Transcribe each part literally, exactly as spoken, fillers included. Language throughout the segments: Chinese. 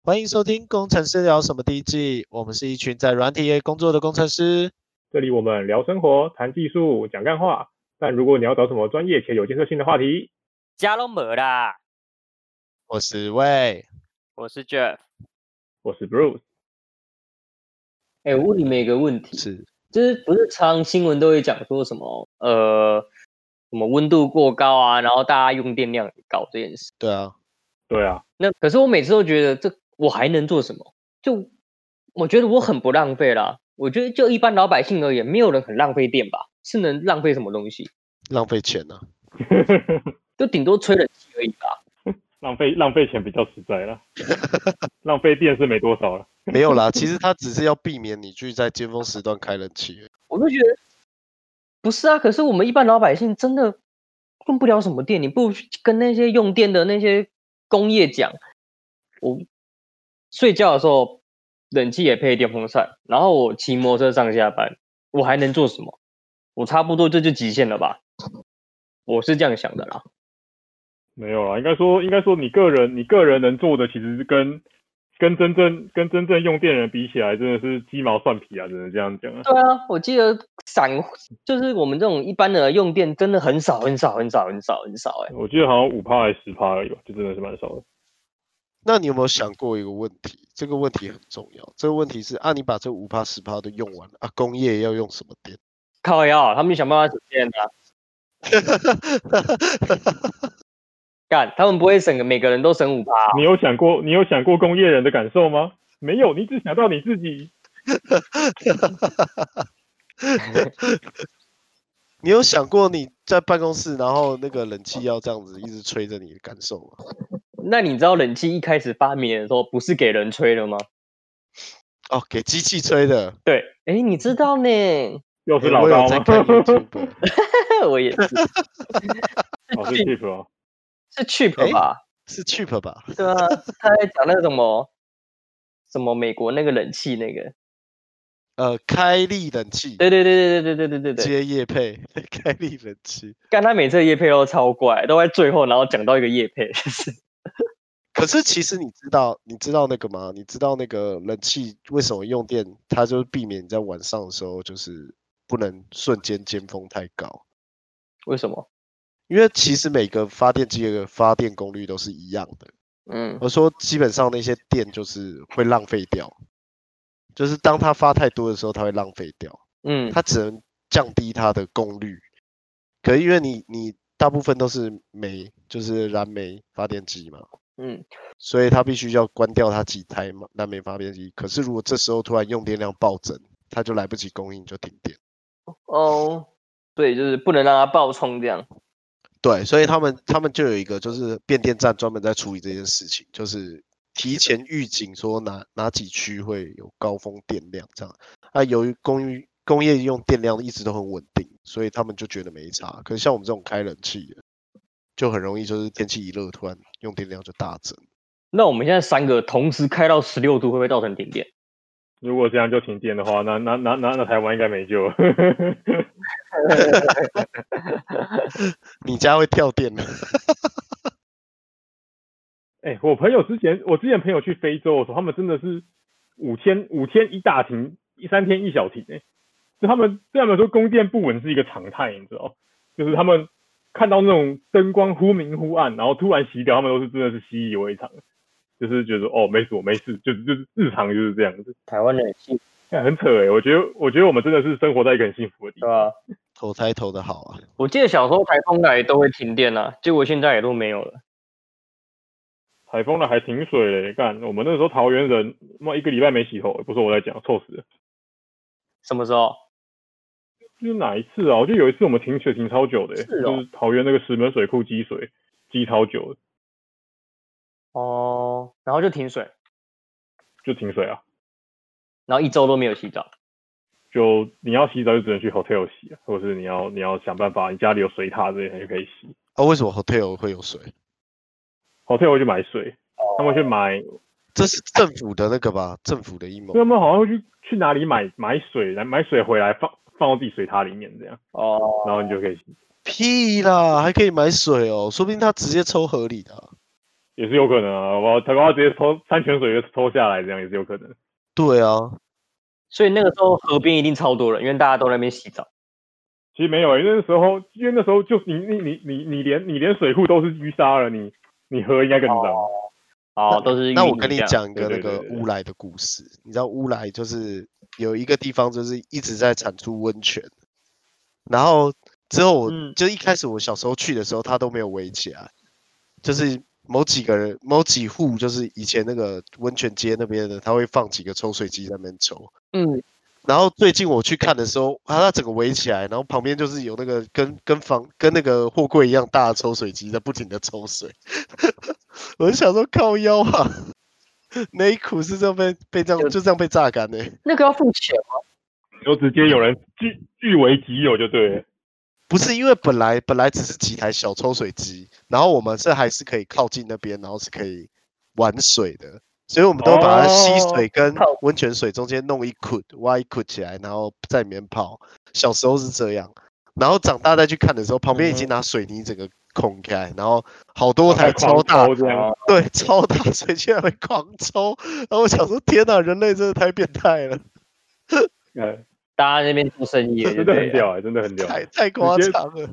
欢迎收听《工程师聊什么》第一季，我们是一群在软体业工作的工程师。 这里我们聊生活、谈技术、讲干话。但如果你要找什么专业且有建设性的话题， 家都没啦。 我是魏， 我是 Jeff， 我是 Bruce。 哎、欸，我问你们一个问题， 是， 就是不是常新闻都会讲说什么呃什么温度过高啊，然后大家用电量很高这件事。 对啊， 对啊。 那可是我每次都觉得这我还能做什么？就我觉得我很不浪费啦。我觉得就一般老百姓而言，没有人很浪费电吧？是能浪费什么东西？ 浪费钱啊， 就顶多吹冷气而已吧。 浪费浪费钱比较实在啦，浪费电是没多少了。 没有啦，其实他只是要避免你去在尖峰时段开冷气。 我就觉得不是啊，可是我们一般老百姓真的用不了什么电，你不如去跟那些用电的那些工业讲，我睡觉的时候冷气也配电风扇，然后我骑摩托车上下班，我还能做什么？我差不多这就极限了吧？我是这样想的啦。 没有啦，应该说应该说你个人你个人能做的，其实是跟跟真正跟真正用电人比起来，真的是鸡毛蒜皮啊，只能这样讲啊。 对啊，我记得散就是我们这种一般的用电真的很少很少很少很少很少哎、欸。 我记得好像五趴还是十趴而已吧，就真的是蛮少的。 那你有没有想过一个问题？这个问题很重要。这个问题是啊，你把这五趴十趴都用完了啊，工业要用什么电？ 靠腰，他们就想办法省电啊。干，他们不会省，每个人都省五趴。 你有想过，你有想过工业人的感受吗？没有，你只想到你自己。 你有想过你在办公室，然后那个冷气要这样子一直吹着你的感受吗？ 那你知道冷气一开始发明的时候不是给人吹的吗？ 哦，给机器吹的。 对，哎，你知道呢？ 又是老高吗？ 我, 我也是。 哦，是 cheap 哦。 是 cheap 吧？ 是 cheap 吧？ 对啊，他在讲那个什么什么美国那个冷气那个， 呃，开利冷气。 对对对对对对对对对。 接业配，开利冷气。 干他每次的业配都超怪，都在最后，然后讲到一个业配。 可是其实你知道，你知道那个吗？你知道那个冷气为什么用电？它就是避免你在晚上的时候就是不能瞬间尖峰太高。 为什么？ 因为其实每个发电机的发电功率都是一样的， 嗯， 我说基本上那些电就是会浪费掉，就是当它发太多的时候，它会浪费掉， 嗯， 它只能降低它的功率。可是因为你你大部分都是煤，就是燃煤发电机嘛， 嗯， 所以它必须要关掉它几台燃煤发电机。可是如果这时候突然用电量暴增，它就来不及供应就停电。 哦，对，就是不能让它爆冲这样。 对，所以他们他们就有一个就是变电站专门在处理这件事情，就是提前预警说哪哪几区会有高峰电量这样。啊，由于工业工业用电量一直都很稳定，所以他们就觉得没差。可是像我们这种开冷气的，就很容易就是天气一热，突然用电量就大增。 那我们现在三个同时开到十六度，会不会造成停电？ 如果这样就停电的话，那那那那那台湾应该没救了。 你家会跳电的？ 哎、欸，我朋友之前，我之前朋友去非洲的时候，他们真的是五天五天一大停，三天一小停、欸。哎，就他们对他们说，供电不稳是一个常态，你知道？就是他们看到那种灯光忽明忽暗，然后突然熄掉，他们都是真的是习以为常。就是觉得哦没事我没事，就是就是日常就是这样子。 台湾人很幸福， 很扯哎、欸，我觉得我觉得我们真的是生活在一个很幸福的地方。 对啊， 投胎投的好啊！ 我记得小时候台风来都会停电啊，结果现在也都没有了。 台风来还停水嘞，干！我们那时候桃园人，妈一个礼拜没洗头，不是我在讲，臭死了。 什么时候？ 就是哪一次啊？我就有一次我们停水停超久的、欸， 是哦、 就是桃园那个石门水库积水积超久的。 哦，然后就停水， 就停水啊， 然后一周都没有洗澡。 就你要洗澡就只能去 hotel 洗啊，或者是你要你要想办法，你家里有水塔这些就可以洗。 啊，为什么 hotel 会有水 ？hotel 会去买水，他们会去买， 这是政府的那个吧？政府的阴谋。 他们好像会去去哪里买买水，来买水回来放放到自己水塔里面这样。 哦， 然后你就可以洗。 屁啦，还可以买水哦，说不定他直接抽河里的、啊。 也是有可能啊，我他搞不好直接抽山泉水抽下来，这样也是有可能。 对啊， 所以那个时候河边一定超多人，因为大家都在那边洗澡。 其实没有、欸，因为那时候，因为那时候就你你你你你连你连水库都是淤沙了，你你河应该更脏。 哦，哦都是那我淤泥这样跟你讲一个那个对对对对乌来的故事，你知道乌来就是有一个地方就是一直在产出温泉，然后之后我、 嗯就一开始我小时候去的时候，它都没有围起来，就是某几个人某几户就是以前那个温泉街那边的，他会放几个抽水机在那边抽。 嗯， 然后最近我去看的时候，它它整个围起来，然后旁边就是有那个跟跟房跟那个货柜一样大的抽水机在不停的抽水，我就想说靠腰啊，那一苦是这样被被这样就这样被榨干的、欸， 那个要付钱吗？ 就直接有人据据为己有就对了。 不是因为本来本来只是几台小抽水机，然后我们是还是可以靠近那边，然后是可以玩水的，所以我们都把它溪水跟泡温泉水中间弄一捆挖一捆起来，然后在里面泡。小时候是这样，然后长大再去看的时候，旁边已经拿水泥整个空开，然后好多台超大， 狂抽这样， 对，超大水机在那边狂抽，然后我想说天哪，人类真的太变态了， 呃， 大家那边做生意， 真的很屌哎、欸，真的很屌， 太太夸张了。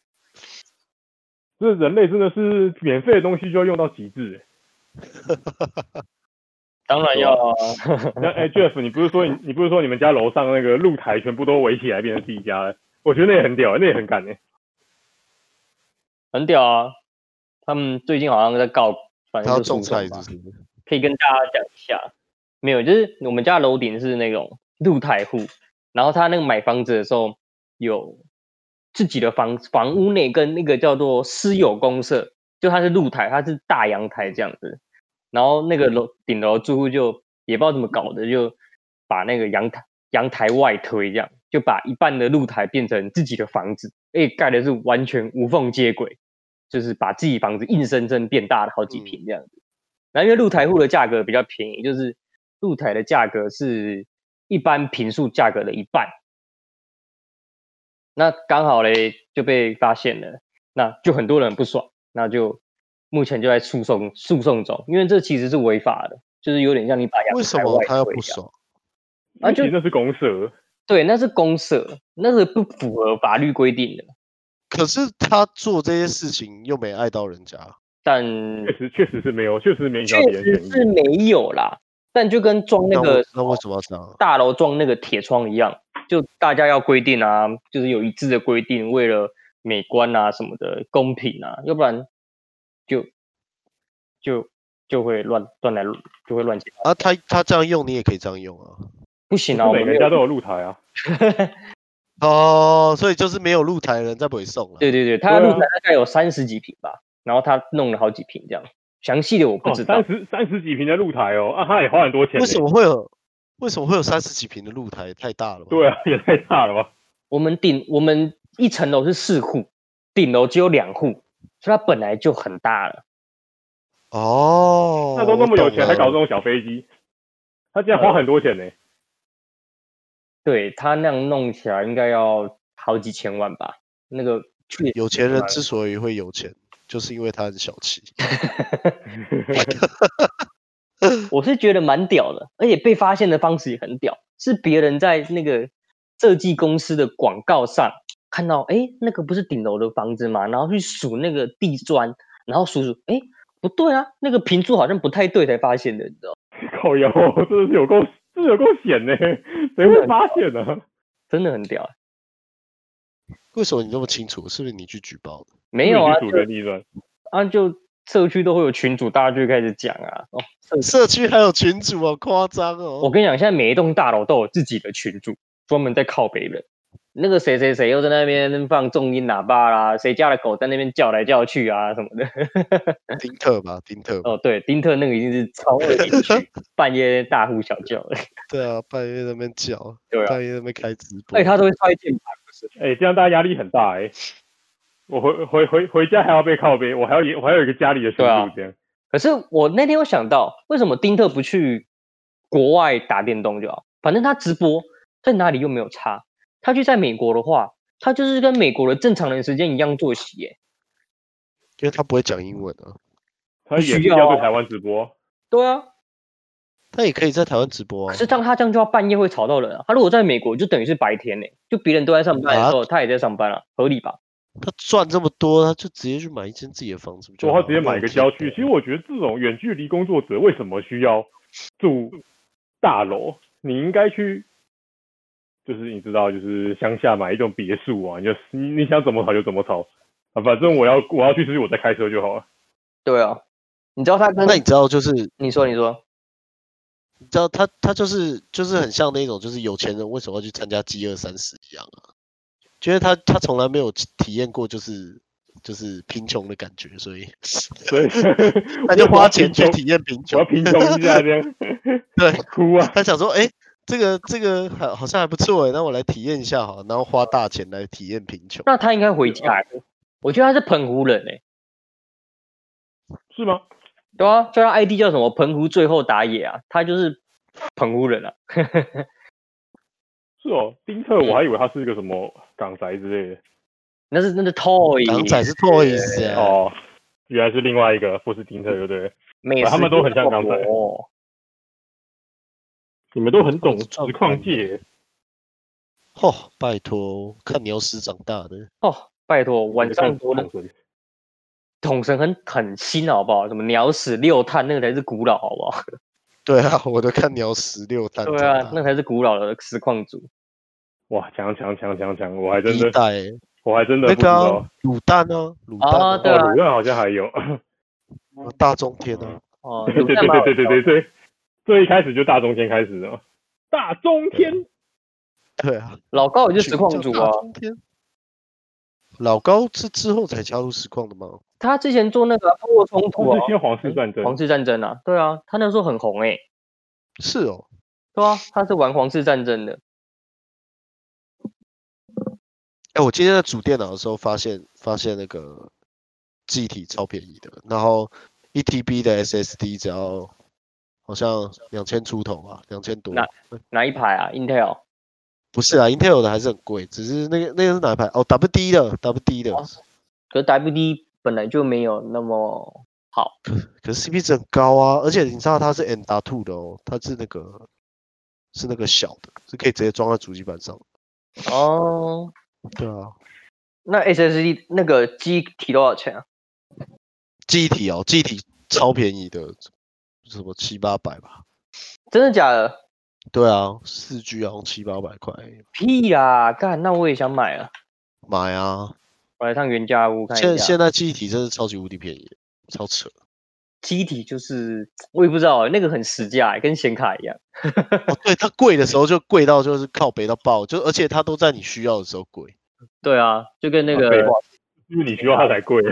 这人类真的是免费的东西就要用到极致、欸。 当然要啊。 那哎、欸、，Jeff， 你不是说你你不是说你们家楼上那个露台全部都围起来变成自己家了？我觉得那也很屌、欸，那也很敢哎、欸。 很屌啊！他们最近好像在告，反正就他要种诉讼吧菜就是， 可以跟大家讲一下。没有，就是我们家楼顶是那种露台户，然后他那个买房子的时候有自己的房房屋内跟那个叫做私有公社，就它是露台，它是大阳台这样子。然后那个楼顶楼住户就也不知道怎么搞的，就把那个阳台阳台外推，这样就把一半的露台变成自己的房子，而且盖的是完全无缝接轨，就是把自己房子硬生生变大了好几坪这样子。然后因为露台户的价格比较便宜，就是露台的价格是一般坪数价格的一半，那刚好嘞就被发现了，那就很多人不爽，那就目前就在诉讼诉讼中，因为这其实是违法的，就是有点像你把阳为什台外么他要推这样不爽？ 啊，就其实那是公社， 对，那是公社，那个不符合法律规定的， 可是他做这些事情又没碍到人家， 但确实确实是没有，确实没影响确别人权益。 实是没有啦。但就跟装那那个为那为什么要这样？ 大楼装那个铁窗一样，就大家要规定啊，就是有一致的规定，为了美观啊什么的公平啊，要不然就就就会乱乱来就会乱七八糟。 啊，他他这样用，你也可以这样用啊。 不行啊，我不是每们没有。 个人家都有露台啊。 哦，所以就是没有露台的人在北送了。 对对对，他的对啊露台大概有三十几平吧，然后他弄了好几平这样，详细的我不哦， 知道。 三十三十几平的露台哦，啊，他也花很多钱呢。 为什么会有为什么会有三十几平的露台？太大了吧？ 对啊，也太大了吧？ 我们顶我们一层楼是四户，顶楼只有两户，所以它本来就很大了。 哦， 那都那么有钱， 我懂了还搞这种小飞机，他竟然花很多钱呢。 对他那样弄起来应该要好几千万吧？那个确有钱人之所以会有钱，就是因为他很小气。 我是觉得蛮屌的，而且被发现的方式也很屌，是别人在那个设计公司的广告上看到，哎，那个不是顶楼的房子吗？然后去数那个地砖，然后数数，哎，不对啊，那个平数好像不太对，才发现的，你知道？ 靠腰，真的是有够，真的有够险呢，谁会发现呢、啊？ 真的很屌。 为什么你那么清楚？是不是你去举报的？ 没有啊， 主跟利润啊就社区都会有群组，大家就会开始讲啊。哦，社社区还有群主哦，夸张哦。 我跟你讲，现在每一栋大楼都有自己的群组，专门在靠北人。那个谁谁谁又在那边放重音喇叭啦，谁家的狗在那边叫来叫去啊什么的。 丁特吧，丁特吧。 哦，对，丁特那个已经是超恶邻居，半夜大呼小叫的。 对啊，半夜在那边叫， 对啊， 半夜在那边开直播。 而且他都会摔键盘，不是？ 哎、欸，这样大家压力很大哎、欸。我回回回回家还要被靠背，我还要我还有一个家里的群组这样、啊。 可是我那天有想到，为什么丁特不去国外打电动就好？反正他直播在哪里又没有差。他去在美国的话，他就是跟美国的正常人时间一样作息耶。 因为他不会讲英文啊。 他也是需要啊要对台湾直播。 对啊， 他也可以在台湾直播啊可。是当他这样就要半夜会吵到人啊。他如果在美国，就等于是白天呢、就别人都在上班的时候，他也在上班啊，合理吧？ 他赚这么多，他就直接去买一间自己的房子，不就说好他直接买一个郊区。其实我觉得这种远距离工作者为什么需要住大楼？你应该去，就是你知道，就是乡下买一栋别墅啊，你就你你想怎么吵就怎么吵啊，反正我要我要去吃，我再开车就好了。 对啊，你知道他跟那你知道就是你说你说， 你知道他他就是就是很像那种就是有钱人为什么要去参加饥饿三十一样啊？觉得他他从来没有体验过就是就是贫穷的感觉，所以所以他就花钱去体验贫穷， 我要贫穷一下这样。 对， 哭啊！ 他想说，哎、欸，这个这个好好像还不错哎，那我来体验一下好，然后花大钱来体验贫穷。 那他应该回家、欸，我觉得他是澎湖人哎、 欸，是吗？ 对啊，叫他 I D 叫什么？澎湖最后打野啊，他就是澎湖人啊。 是哦，丁特我还以为他是一个什么港仔之类的。 那是那是 Toy， 港仔是 Toys 啊。 哦，原来是另外一个，不是丁特，对不对？ 美他们都很像港仔。 哦， 你们都很懂实况界。 哦，拜托，看鸟屎长大的。 哦，拜托，晚上多的。统神很很新好不好？什么鸟屎六探那个才是古老好不好？ 对啊，我都看鸟屎六探。 对啊，那才是古老的实况组。 哇，强强强强强！我还真的，我还真的那不知道。 卤蛋呢？卤蛋啊，对啊， 卤蛋好像还有。 大中天啊。 哦， 对对对对对对对，最一开始就大中天开始的。大中天。 对啊， 老高也是实况组啊。 老高是之后才加入实况的吗？ 他之前做那个部落冲突啊， 是先皇室战争， 皇室战争啊，对啊，他那时候很红哎、欸。 是哦， 对啊，他是玩皇室战争的。 哎、欸，我今天在组电脑的时候发现，发现那个记忆体超便宜的，然后一 T B 的 S S D 只要好像两千出头吧，两千多。 哪哪一排啊 ？Intel？ 不是啊 ，Intel 的还是很贵，只是那个那个是哪一排？哦 ，W D 的 ，W D 的。 哦、可是 W D 本来就没有那么好。 可可是 C P 值很高啊，而且你知道它是 M dot two 的哦，它是那个是那个小的，是可以直接装在主机板上。 哦， 对啊。 那 S S D 那个机体多少钱啊？ 记忆体哦，记忆体超便宜的，什么七八百吧？ 真的假的？ 对啊，四 G 好像七八百块。 屁啦，干，那我也想买啊。 买啊！ 我来趟原价屋看一下。 现现在记忆体真是超级无敌便宜，超扯。 记忆体就是我也不知道，那个很实价，跟显卡一样。 哦，对，它贵的时候就贵到就是靠北到爆，就而且它都在你需要的时候贵。 对啊，就跟那个， 因为你需要它才贵。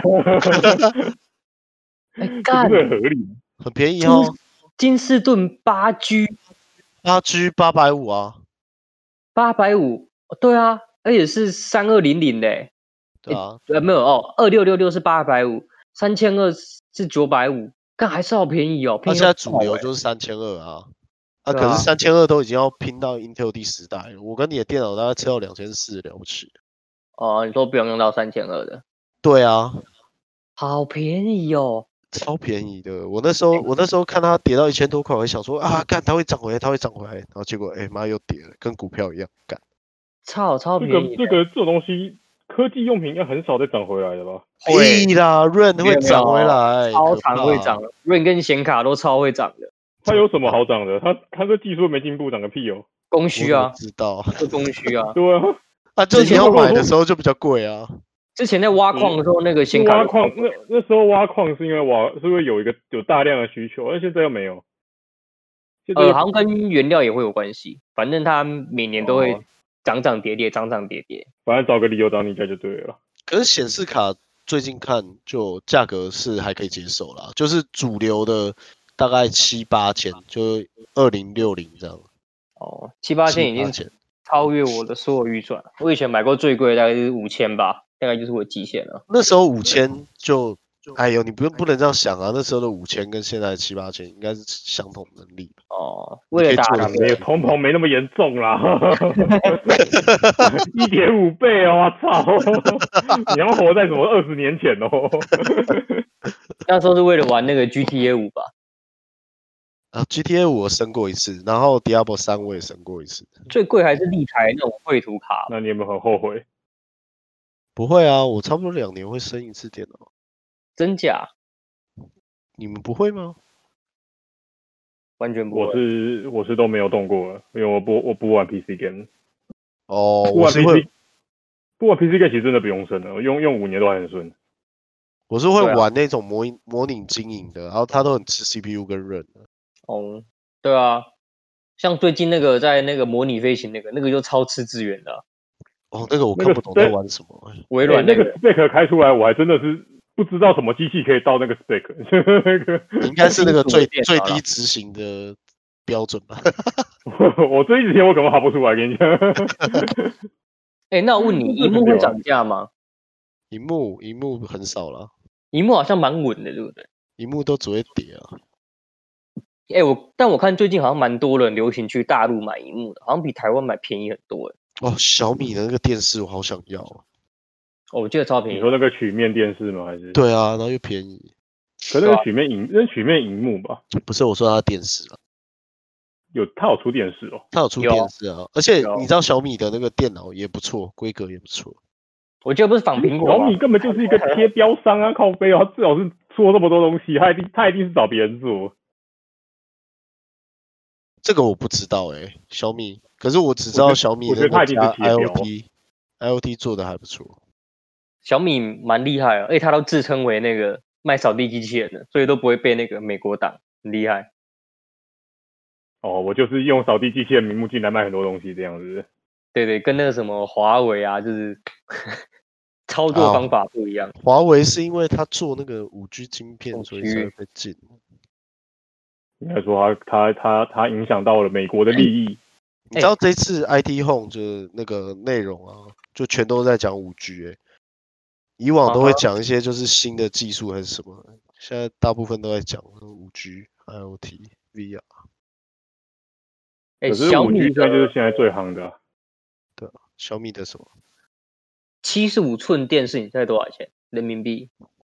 哎，干， 很合理， 很便宜哦。 金士顿八 G， 八 G 八百五啊， 八百五，对啊，而且是三二零零的， 对啊， 呃没有哦，二六六六是八百五，三千二是九百五，但还是好便宜哦。 它现在主流就是三千二啊，啊，可是三千二都已经要拼到 Intel 第十代了，我跟你的电脑大概吃到两千四了不起。 哦，你说不用用到三千二的？ 对啊， 好便宜哦。 超便宜的，我那时候我那时候看它跌到一千多块，我还想说啊，干它会涨回来，它会涨回来，然后结果哎妈又跌了，跟股票一样，干。 超超便宜。 这个这个这种东西，科技用品应该很少再涨回来的吧？ 会啦 ，Rain 会涨回来， 超常会涨的 ，Rain 跟显卡都超会涨的。 它有什么好涨的？它它这技术没进步，涨个屁哦！ 供需啊， 知道， 是供需啊。 对啊， 啊，就你要买的时候就比较贵啊。 之前在挖矿的时候，那个显卡挖矿那那时候挖矿是因为挖是因为有一个有大量的需求，但现在又没有。 呃，好像跟原料也会有关系，反正它每年都会涨涨跌跌，涨涨跌跌。 反正找个理由找你家就对了。 可是显示卡最近看就价格是还可以接受啦，就是主流的大概七八千，就二零六零这样。 哦，七八千已经超越我的所有预算。我以前买过最贵大概是五千吧。大概就是我极限了。 那时候五千就，哎呦，你不用不能这样想啊！那时候的五千跟现在的七八千应该是相同能力哦。为了打没有通膨没那么严重啦，一点五倍哦！我操，你要活在什么二十年前哦？ 那时候是为了玩那个 G T A 五吧？ 啊，G T A 五我升过一次，然后 Diablo 三我也升过一次。 最贵还是立台那种绘图卡。 那你有没有很后悔？ 不会啊，我差不多两年会升一次电脑。 真假？ 你们不会吗？ 完全不会。 我是我是都没有动过了，因为我不我不玩 P C game。 哦， 不玩我是 P 会 C， 不玩 P C game 其实真的不用升了，用用五年都还很顺。 我是会对啊玩那种模拟模拟经营的，然后它都很吃 C P U 跟 RAM 的。 哦，对啊，像最近那个在那个模拟飞行那个，那个就超吃资源的啊、 哦，那个我那个看不懂在 spec- 玩什么。 微软个欸那个 spec 开出来，我还真的是不知道什么机器可以到那个 spec。那个应该是那个最金属最电脑啦低执行的标准吧。 我这一几天我可能爬不出来，跟你讲。 哎、那我问你，荧幕会涨价吗？ 荧幕荧幕很少了， 荧幕好像蛮稳的，对不对？ 荧幕都只会跌啊。 哎、我但我看最近好像蛮多人流行去大陆买荧幕的，好像比台湾买便宜很多哎。 哦，小米的那个电视我好想要啊。 哦，我记得超便宜你说。那个曲面电视吗？还是？ 对啊，然后又便宜。 可那个曲面荧，那曲面荧幕吧， 不是我说它的电视啊， 有它有出电视哦。 它有出有电视啊，而且有你知道小米的那个电脑也不错，规格也不错。 我记得不是仿苹果吗？ 小米根本就是一个贴标商啊，靠背哦，他最好是做这么多东西，他一定他一定是找别人做。 这个我不知道哎、欸，小米，可是我只知道小米我觉得那个加它一定是贴标 IoT，IoT 做的还不错。 小米蛮厉害啊，而且它都自称为那个卖扫地机器人的，所以都不会被那个美国挡，很厉害。 哦，我就是用扫地机器人名目进来卖很多东西这样子。 对对，跟那个什么华为啊，就是操作方法不一样。 华为是因为它做那个五 G 晶片， 五 G 所以才会被禁。 应该说他他他他影响到了美国的利益。 你知道这次 I T Home 就是那个内容啊，就全都在讲五 G 哎，以往都会讲一些就是新的技术还是什么，现在大部分都在讲五 G、IoT、V R。 哎， 可是五 G 小米现在就是现在最夯的、啊。 对啊，小米的什么？ 七十五寸电视，你猜多少钱？人民币？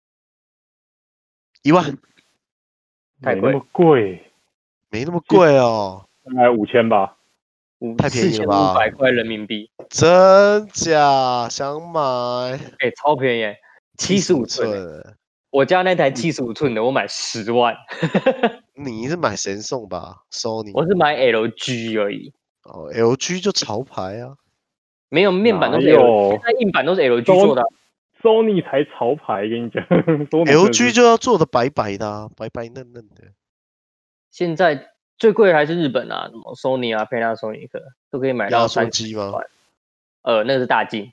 一万？ 太贵没那么贵， 没那么贵哦， 大概五千吧。 五太便宜了吧四千五百块人民币， 真假？想买？ 哎、超便宜，七十五寸、欸。 寸， 我家那台七十五寸的，我买十万。 你是买神送吧？Sony？ 我是买 L G 而已， 哦，L G 就潮牌啊。 没有面板都是哪 L G， 有现在硬板都是 L G 做的啊、 Sony 才潮牌，跟你讲。 L G 就要做的白白的啊，白白嫩嫩的。 现在最贵的还是日本啊，什么 Sony 啊、Panasonic 都可以买到压缩三机吗？ 呃，那个是大镜，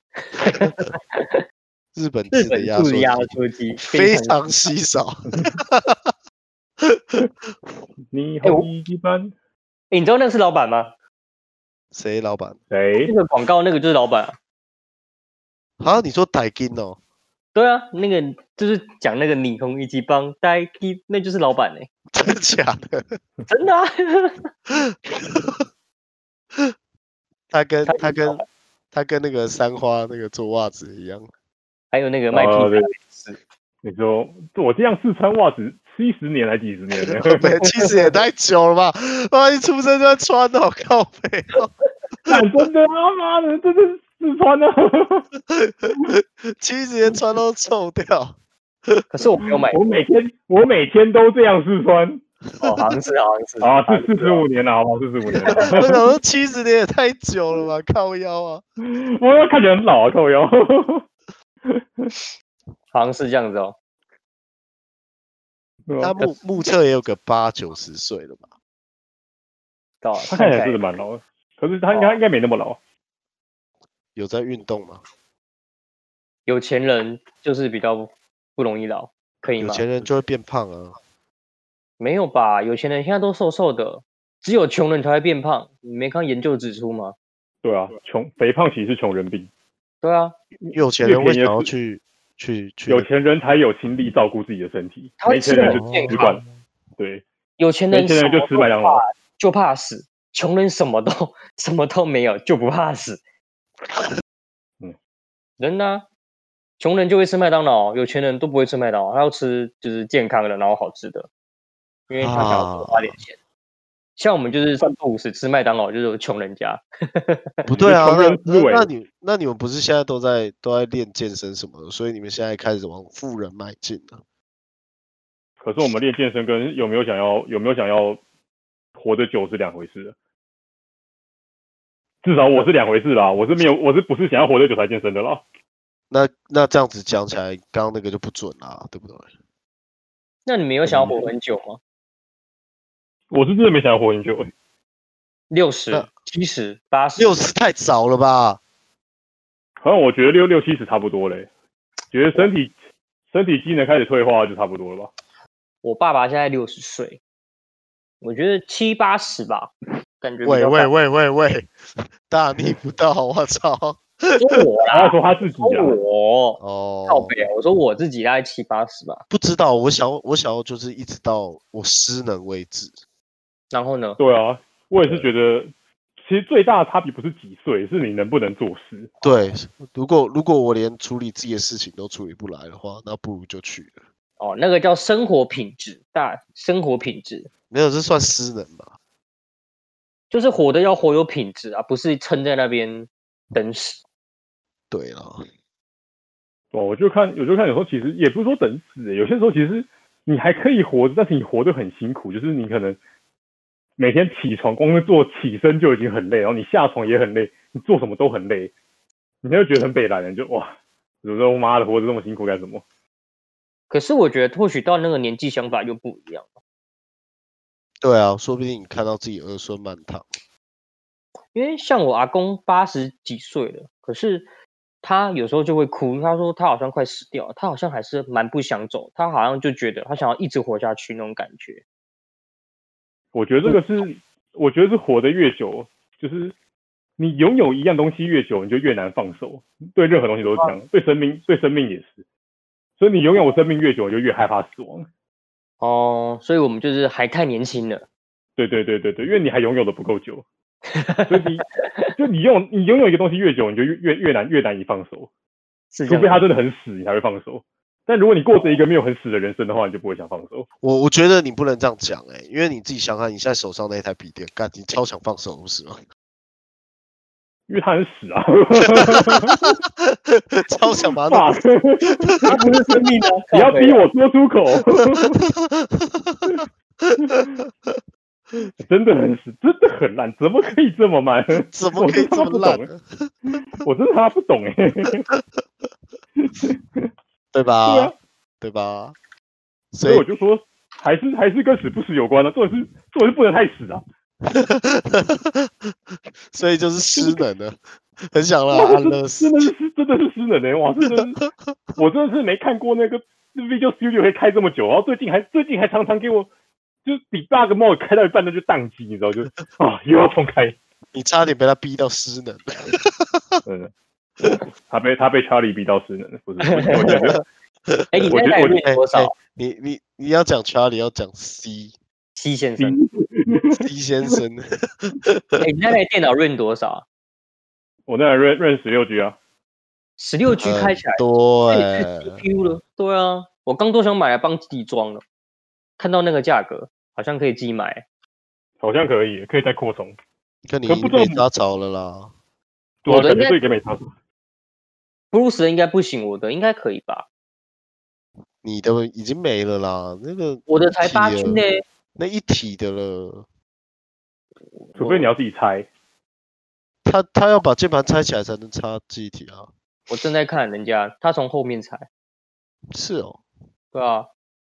日本日制的压缩本做的压机缩机非常稀少。 你好一般。 欸，你知道那个是老板吗？ 谁老板？ 谁那？个广告那个就是老板啊。 啊，你说台金哦？ 对啊，那个就是讲那个霓虹一级帮代金，那就是老板哎、 真的假的？ 真的啊。 他跟他他跟他跟那个三花那个做袜子一样。 还有那个卖皮哦对夹的也是， 你说我这样试穿袜子七十年还几十年了？ 没，其实也太久了吧？妈一出生就在穿的，好靠背哦。 干真的啊妈的，这是试穿啊！ 七十年穿都臭掉。 可是我没有买过。 我每天我每天都这样试穿哦，好像是，好像是啊，是四十五年了，好不好？四十五年了。 我想说七十年也太久了吧，靠腰啊！ 我要看起来很老啊，靠腰。 好像是这样子哦。 他目目测也有个八九十岁了吧？ 到他看起来是蛮老的，可是他应该应该没那么老。 有在运动吗？ 有钱人就是比较不容易老，可以有吗？ 钱人就会变胖啊。 没有吧？有钱人现在都瘦瘦的，只有穷人才会变胖。你没看研究指出吗？ 对啊，穷肥胖其实是穷人病。 对啊， 有钱人会想要去去去。 有钱人才有心力照顾自己的身体， 他没钱人就吃得很吃惯。对， 有钱人没钱人就吃麦当劳， 就怕死；穷人什么都什么都没有，就不怕死。 嗯， 真的啊、 穷人就会吃麦当劳，有钱人都不会吃麦当劳，他要吃就是健康的，然后好吃的，因为他想要多花点钱。啊、像我们就是三不五时吃麦当劳，就是穷人家。 不对啊，那那那你那你们不是现在都在都在练健身什么的，所以你们现在开始往富人迈进了。 可是我们练健身跟有没有想要有没有想要活得久是两回事的。至少我是两回事啦，我是没有，我是不是想要活得久才健身的啦？ 那那这样子讲起来，刚刚那个就不准啦，对不对？ 那你们有想要活很久吗？ 我是真的没想要活很久、欸。 六十、七十、八十， 六十太早了吧？ 好像我觉得六六七十差不多嘞，觉得身体身体机能开始退化就差不多了吧？ 我爸爸现在六十岁，我觉得七八十吧。感觉喂喂喂喂喂，大逆不道！我操！ 说我啦， 他说他自己啊， 我哦， 靠北啊！我说我自己大概七八十吧。 不知道，我想我想要就是一直到我失能为止。 然后呢？ 对啊，我也是觉得，其实最大的差别不是几岁，是你能不能做事。 对，如果如果我连处理自己的事情都处理不来的话，那不如就去了。 哦，那个叫生活品质，大生活品质没有，这算失能吧？ 就是活的要活有品质啊，不是撑在那边等死。 对啦， 哦，我就看，我就看，有时候其实也不是说等死、欸，有些时候其实你还可以活着，但是你活得很辛苦，就是你可能每天起床，光是做起身就已经很累，然后你下床也很累，你做什么都很累，你就会觉得很北蓝人，就哇，有时候妈的活着这么辛苦干什么？ 可是我觉得或许到那个年纪想法又不一样。 对啊，说不定你看到自己儿孙满堂。 因为像我阿公八十几岁了，可是他有时候就会哭，他说他好像快死掉了，他好像还是蛮不想走，他好像就觉得他想要一直活下去那种感觉。 我觉得这个是，我觉得是活得越久，就是你拥有一样东西越久，你就越难放手。对任何东西都是这样，对生命，对生命也是。所以你拥有生命越久，你就越害怕死亡。 哦，所以我们就是还太年轻了。 对对对对对，因为你还拥有的不够久，所以你就你拥你拥有一个东西越久，你就越越越难越难以放手。除非他真的很死，你才会放手。但如果你过着一个没有很死的人生的话，你就不会想放手。 我我觉得你不能这样讲哎、欸，因为你自己想想，你现在手上那台笔电，干你超想放手不是吗？ 因为他很死啊， 超想把它。 他不是生命啊！ 你要逼我说出口，真的很死，真的很烂，怎么可以这么慢？ 怎么可以这么烂？ 我真的他不懂哎、欸， 对吧？ 对啊， 对吧？ 所以我就说，还是还是跟死不死有关的、啊，重点是重点是不能太死啊。 所以就是失能了，很想让他安乐死。 真的是真的是失能的、欸，哇！真的是，我真的是没看过那个 Visual Studio 可以开这么久，然后最近还最近还常常给我，就是比 bug mode 开到一半那就宕机，你知道就啊又要重开。 你差点被他逼到失能。 嗯，他被他被 Charlie 逼到失能，不是？我觉得， 哎、欸，你现在练多少？ 欸欸、你你你要讲 Charlie 要讲 C C 先生 C 先生。 哎、欸，你那台电脑 RAM 多少啊？ 我那台 RAM RAM 十六 G 啊， 十六 G 开起来多哎 ，C P U 了。对啊，我刚都想买来帮自己装了，看到那个价格，好像可以自己买。 好像可以，可以再扩充。 跟你没插槽了啦。 我的应该没插槽。 Bruce 的应该不行，我的应该可以吧？ 你的已经没了啦，那个我的才八 G 呢， 那一体的了。 除非你要自己拆。 他他要把键盘拆起来才能插记忆体啊。 我正在看人家，他从后面拆。 是哦。 对啊。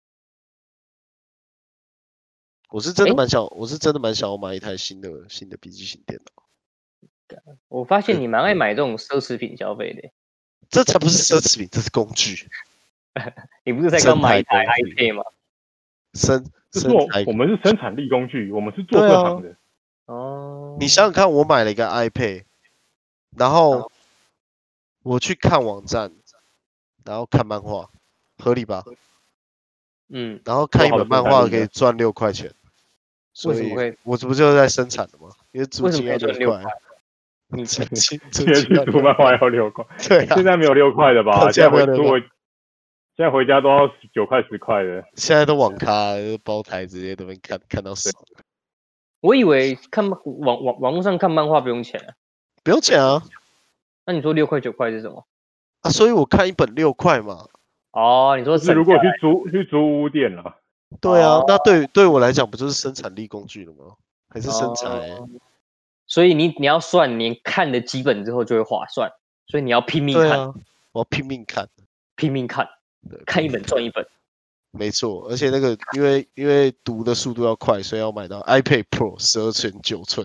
我是真的蛮想，我是真的蛮想要买一台新的新的笔记型电脑。 我发现你蛮爱买这种奢侈品消费的。 这才不是奢侈品，这是工具。 你不是才刚买一台 iPad 吗？ 生， 是我我们是生产力工具，我们是做这行的。 哦、啊。 你想想看，我买了一个 iPad， 然后我去看网站，然后看漫画，合理吧？ 嗯。 然后看一本漫画可以赚六块钱。所以，我这不就是在生产的吗？因为租金要六块。 你这这现在去租漫画要六块， 对啊， 现在没有六块的吧？ 现在没有六块回我现在回家都要九块十块的。 现在都网咖包台直接都能看看到爽。 我以为看漫网网网络上看漫画不用钱啊， 不用钱啊那你说六块九块是什么？ 啊！所以我看一本六块嘛。 哦，你说就是如果去租去租屋店啦， 对啊， 哦那对对我来讲不就是生产力工具了吗？还是生财、 哦所以你你要算，你看了几本之后就会划算，所以你要拼命看， 对啊，我要拼命看， 拼命看， 对看一本赚一本。 没错，而且那个因为因为读的速度要快，所以要买到 iPad Pro 十二寸九寸。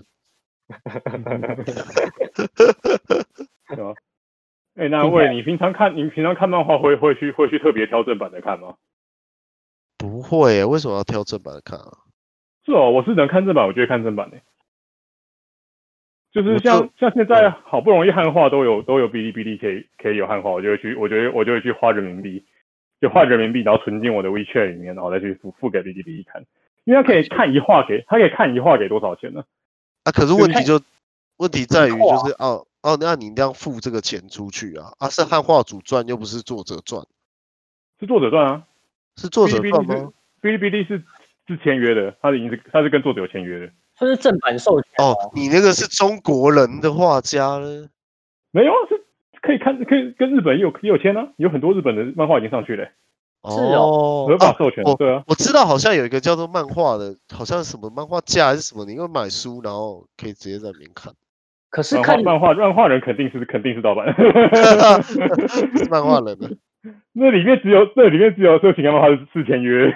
对吧？哎，那喂，你平常看你平常看漫画会会去会去特别挑正版的看吗？ 不会耶，为什么要挑正版的看啊？ 是哦，我是能看正版，我就会看正版的。就是我像就像现在好不容易汉化都有都有哔哩哔哩可以可以有汉化，我就会去我就会我就会去花人民币，就换人民币，然后存进我的 WeChat 里面，然后再去付付给哔哩哔哩看，因为他可以看一话给他可以看一话给多少钱呢？ 啊，可是问题就问题在于一话就是哦哦，那你一定要付这个钱出去啊！啊，是汉化组赚，又不是作者赚， 是作者赚啊， 是作者哔哩哔哩赚吗？ 是哔哩哔哩是是签约的，他已经是他是跟作者有签约的。 这是正版授权哦，你那个是中国人的画家呢？ 没有啊，是可以看，可以跟日本也有也有签啊，有很多日本的漫画已经上去了、 是哦合法授权、 啊、 对啊。 我知道好像有一个叫做漫画的，好像是什么漫画架还是什么，你因为买书然后可以直接在里面看。 可是看漫画漫画人肯定是肯定是盗版， 是漫画人的。 那里面只有那里面只有色情漫画是是签约。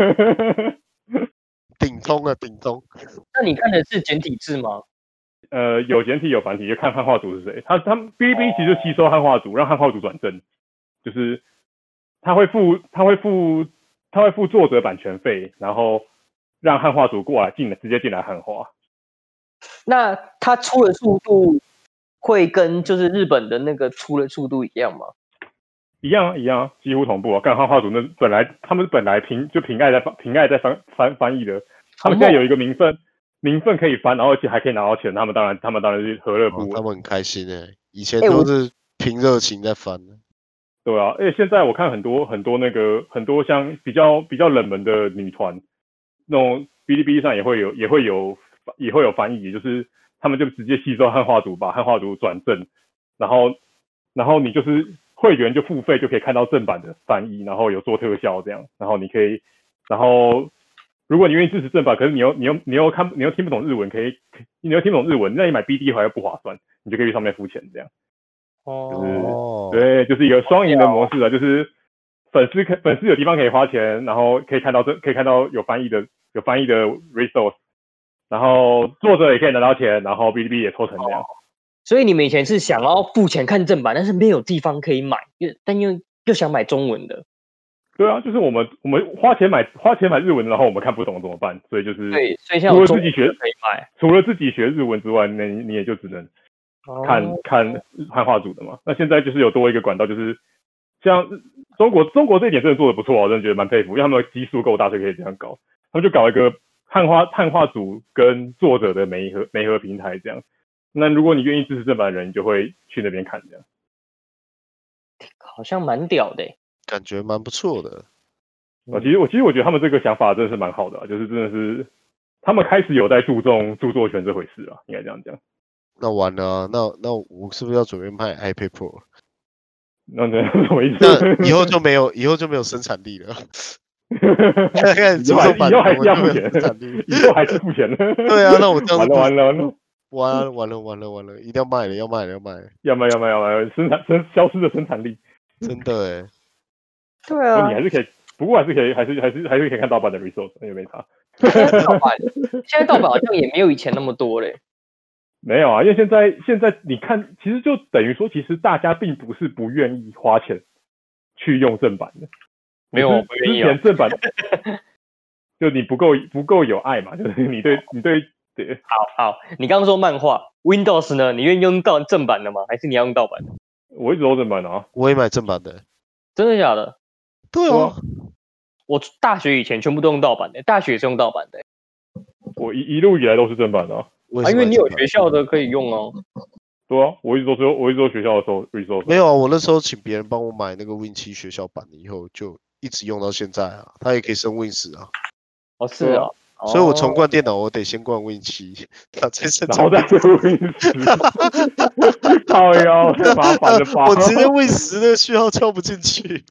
顶通啊，顶通。 那你看的是简体字吗？ 呃，有简体有繁体，就看汉化组是谁。他他们哔哩哔哩其实吸收汉化组，让汉化组转正，就是他会付他会付他会付作者版权费，然后让汉化组过来进来直接进来汉化。 那他出的速度会跟就是日本的那个出的速度一样吗？ 一样啊，一样啊，几乎同步啊。干汉化组那本来他们本来平就平爱在平爱在翻翻翻译的，他们现在有一个名分，名分可以翻，然后而且还可以拿到钱，他们当然他们当然是何乐不为、 哦。他们很开心哎、欸，以前都是凭热情在翻的、欸。 对啊，而且现在我看很多很多那个很多像比较比较冷门的女团，那种哔哩哔哩上也会有也会有也会有翻译，就是他们就直接吸收汉化组，把汉化组转正，然后然后你就是会员就付费就可以看到正版的翻译，然后有做特效这样，然后你可以，然后如果你愿意支持正版，可是你又你又你又看你又听不懂日文，可以你又听不懂日文，那你买 B D 还要不划算，你就可以去上面付钱这样。 哦， 就是对，就是一个双赢的模式啊，就是粉丝可粉丝有地方可以花钱，然后可以看到这可以看到有翻译的有翻译的 resource， 然后作者也可以拿到钱，然后哔哩哔哩也抽成这样。 所以你们以前是想要付钱看正版，但是没有地方可以买，又但又又想买中文的。 对啊，就是我们我们花钱买花钱买日文，然后我们看不懂怎么办？所以就是对，所以像除了自己学可以买， 除了自己学日文之外，那你也就只能看、 哦、 看汉化组的嘛。那现在就是有多一个管道，就是像中国中国这一点真的做的不错，我真的觉得蛮佩服，因为他们的基数够大，所以可以这样搞。他们就搞一个汉化汉化组跟作者的媒合媒合平台这样。那如果你愿意支持正版的人，你就会去那边看这样。 好像蛮屌的， 感觉蛮不错的。 啊，其实我其实我觉得他们这个想法真的是蛮好的、啊，就是真的是他们开始有在注重著作权这回事啊，应该这样讲。 那完了、啊，那那我是不是要准备卖 iPad Pro？ 那那什么意思？ 那以后就没有以后就没有生产力了。 以后还以后还是要付钱，以后还是付钱的。 对啊，那我这样完了完了完了完了完了完了完了，一定要卖了，要卖了要卖了， 要卖要卖要卖，生产生消失的生产力， 真的哎。 对啊， 你还是可以，不过还是可以，还是还是还是可以看盗版的 resource， 也没差。 盗版，现在盗版好像也没有以前那么多嘞。 没有啊，因为现在现在你看，其实就等于说，其实大家并不是不愿意花钱去用正版的。 没有，不愿意啊。 之前正版，就你不够不够有爱嘛，就是你对你对对。 好好，你刚刚说漫画 Windows 呢？你愿意用到正版的吗？还是你要用盗版的？ 我一直都正版的啊。 我也买正版的。 真的假的？ 对啊， 我大学以前全部都用盗版的，大学也是用盗版的。 我一一路以来都是正版的啊。 啊啊，因为你有学校的可以用哦。 对啊，我一直都说，我一直都学校的时候 resource 没有啊，我那时候请别人帮我买那个 Win 七学校版的，以后就一直用到现在啊，它也可以升 Win 十啊。 哦，是哦。 所以我重灌电脑，我得先灌 Win 七，然后再升然后再 Win 十，靠腰，太麻烦了吧？ 我直接 Win 十的序号敲不进去。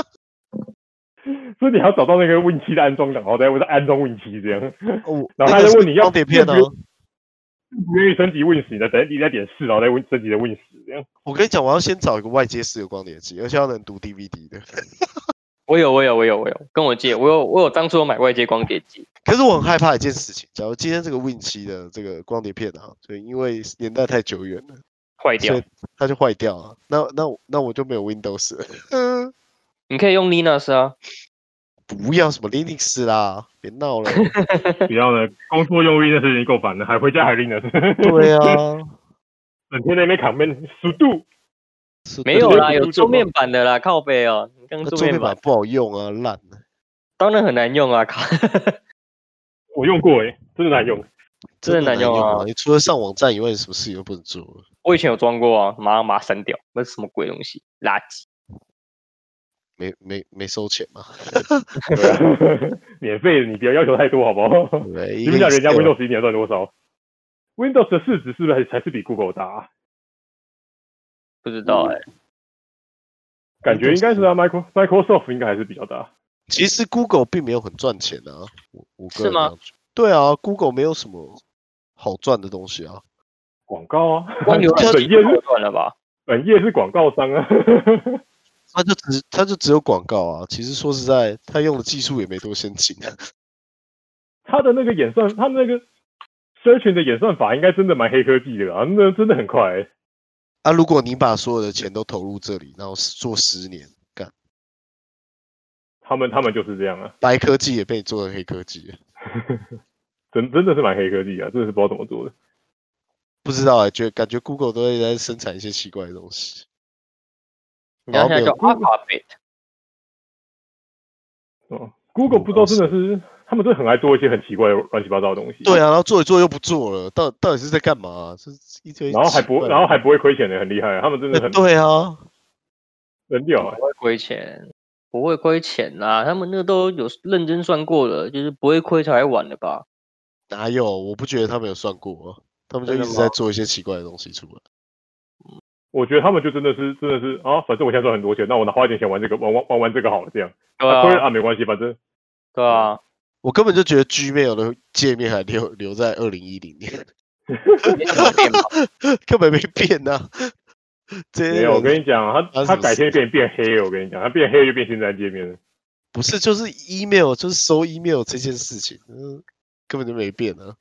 所以你还要找到那个 Win 七的安装档，然后再安装 Win 七这样。 哦， 然后他就问你要光碟片啊， 不愿意升级 Win 十的，等你再点四，然后再 Win 升级的 Win 十这样。 我跟你讲，我要先找一个外接式的光碟机，而且要能读 D V D 的。 我有，我有，我有，我有，跟我借，我有，我有当初有买外接光碟机。 可是我很害怕一件事情，假如今天这个 Win 七的这个光碟片啊，就因为年代太久远了， 坏掉， 它就坏掉了。那那那我就没有 Windows 了。 你可以用 Linux 啊。 不要什么 Linux 啦，别闹了。 不要了，工作用 Linux 已经够烦了，还回家还 Linux。 对啊， 整天在那边扛面速度。 没有啦，有桌面版的啦，靠北哦。刚桌面版不好用啊，烂了。 当然很难用啊，靠。 我用过诶，真的难用， 真的难用啊！ 你除了上网站以外，你什么事情都不能做了。 我以前有装过啊，马上把它删掉，那是什么鬼东西？垃圾。 没没没收钱嘛？ 对啊，免费的，你不要要求太多好不好？你们讲人家 Windows 一年赚多少 ？Windows 的市值是不是还是比 Google 大、啊？ 不知道哎、欸， 感觉应该是啊 ，Micro Microsoft 应该还是比较大。 其实 Google 并没有很赚钱啊，我我是吗？ 对啊 ，Google 没有什么好赚的东西啊。 广告啊， 光浏览本页是赚了吧？ 本页是广告商啊。 他就只他就只有广告啊，其实说实在，他用的技术也没多先进啊。 他的那个演算，他那个 search 的演算法应该真的蛮黑科技的啊，那真的很快、欸。 啊，如果你把所有的钱都投入这里，然后做十年，干， 他们他们就是这样啊。 白科技也被你做成黑科技， 真真的是蛮黑科技啊，真的是不知道怎么做的。 不知道哎、欸，觉感觉 Google 都会在生产一些奇怪的东西。 人家现在叫 Alphabet。 哦 ，Google 不知道真的是，他们真的很爱做一些很奇怪的乱七八糟的东西。 对啊，然后做一做又不做了，到到底是在干嘛、啊？这一堆， 然后还不，然后还不会亏钱的，很厉害、啊。他们真的很、 欸、对啊， 很屌、欸， 不会亏钱，不会亏钱啦。他们那都有认真算过了，就是不会亏才玩的吧？ 哪有？我不觉得他们有算过，他们就一直在做一些奇怪的东西出来。 我觉得他们就真的是，真的是啊，反正我现在赚很多钱，那我拿花一点钱玩这个，玩玩玩玩这个好了，这样。 对啊， 亏了啊没关系，反正。 对啊， 我根本就觉得 Gmail 的界面还留留在二零一零年，根本没变啊。 没有，我跟你讲，他他改天变变黑了，我跟你讲，他变黑就变现在界面了。 不是，就是 email， 就是收 email 这件事情，嗯，根本就没变啊。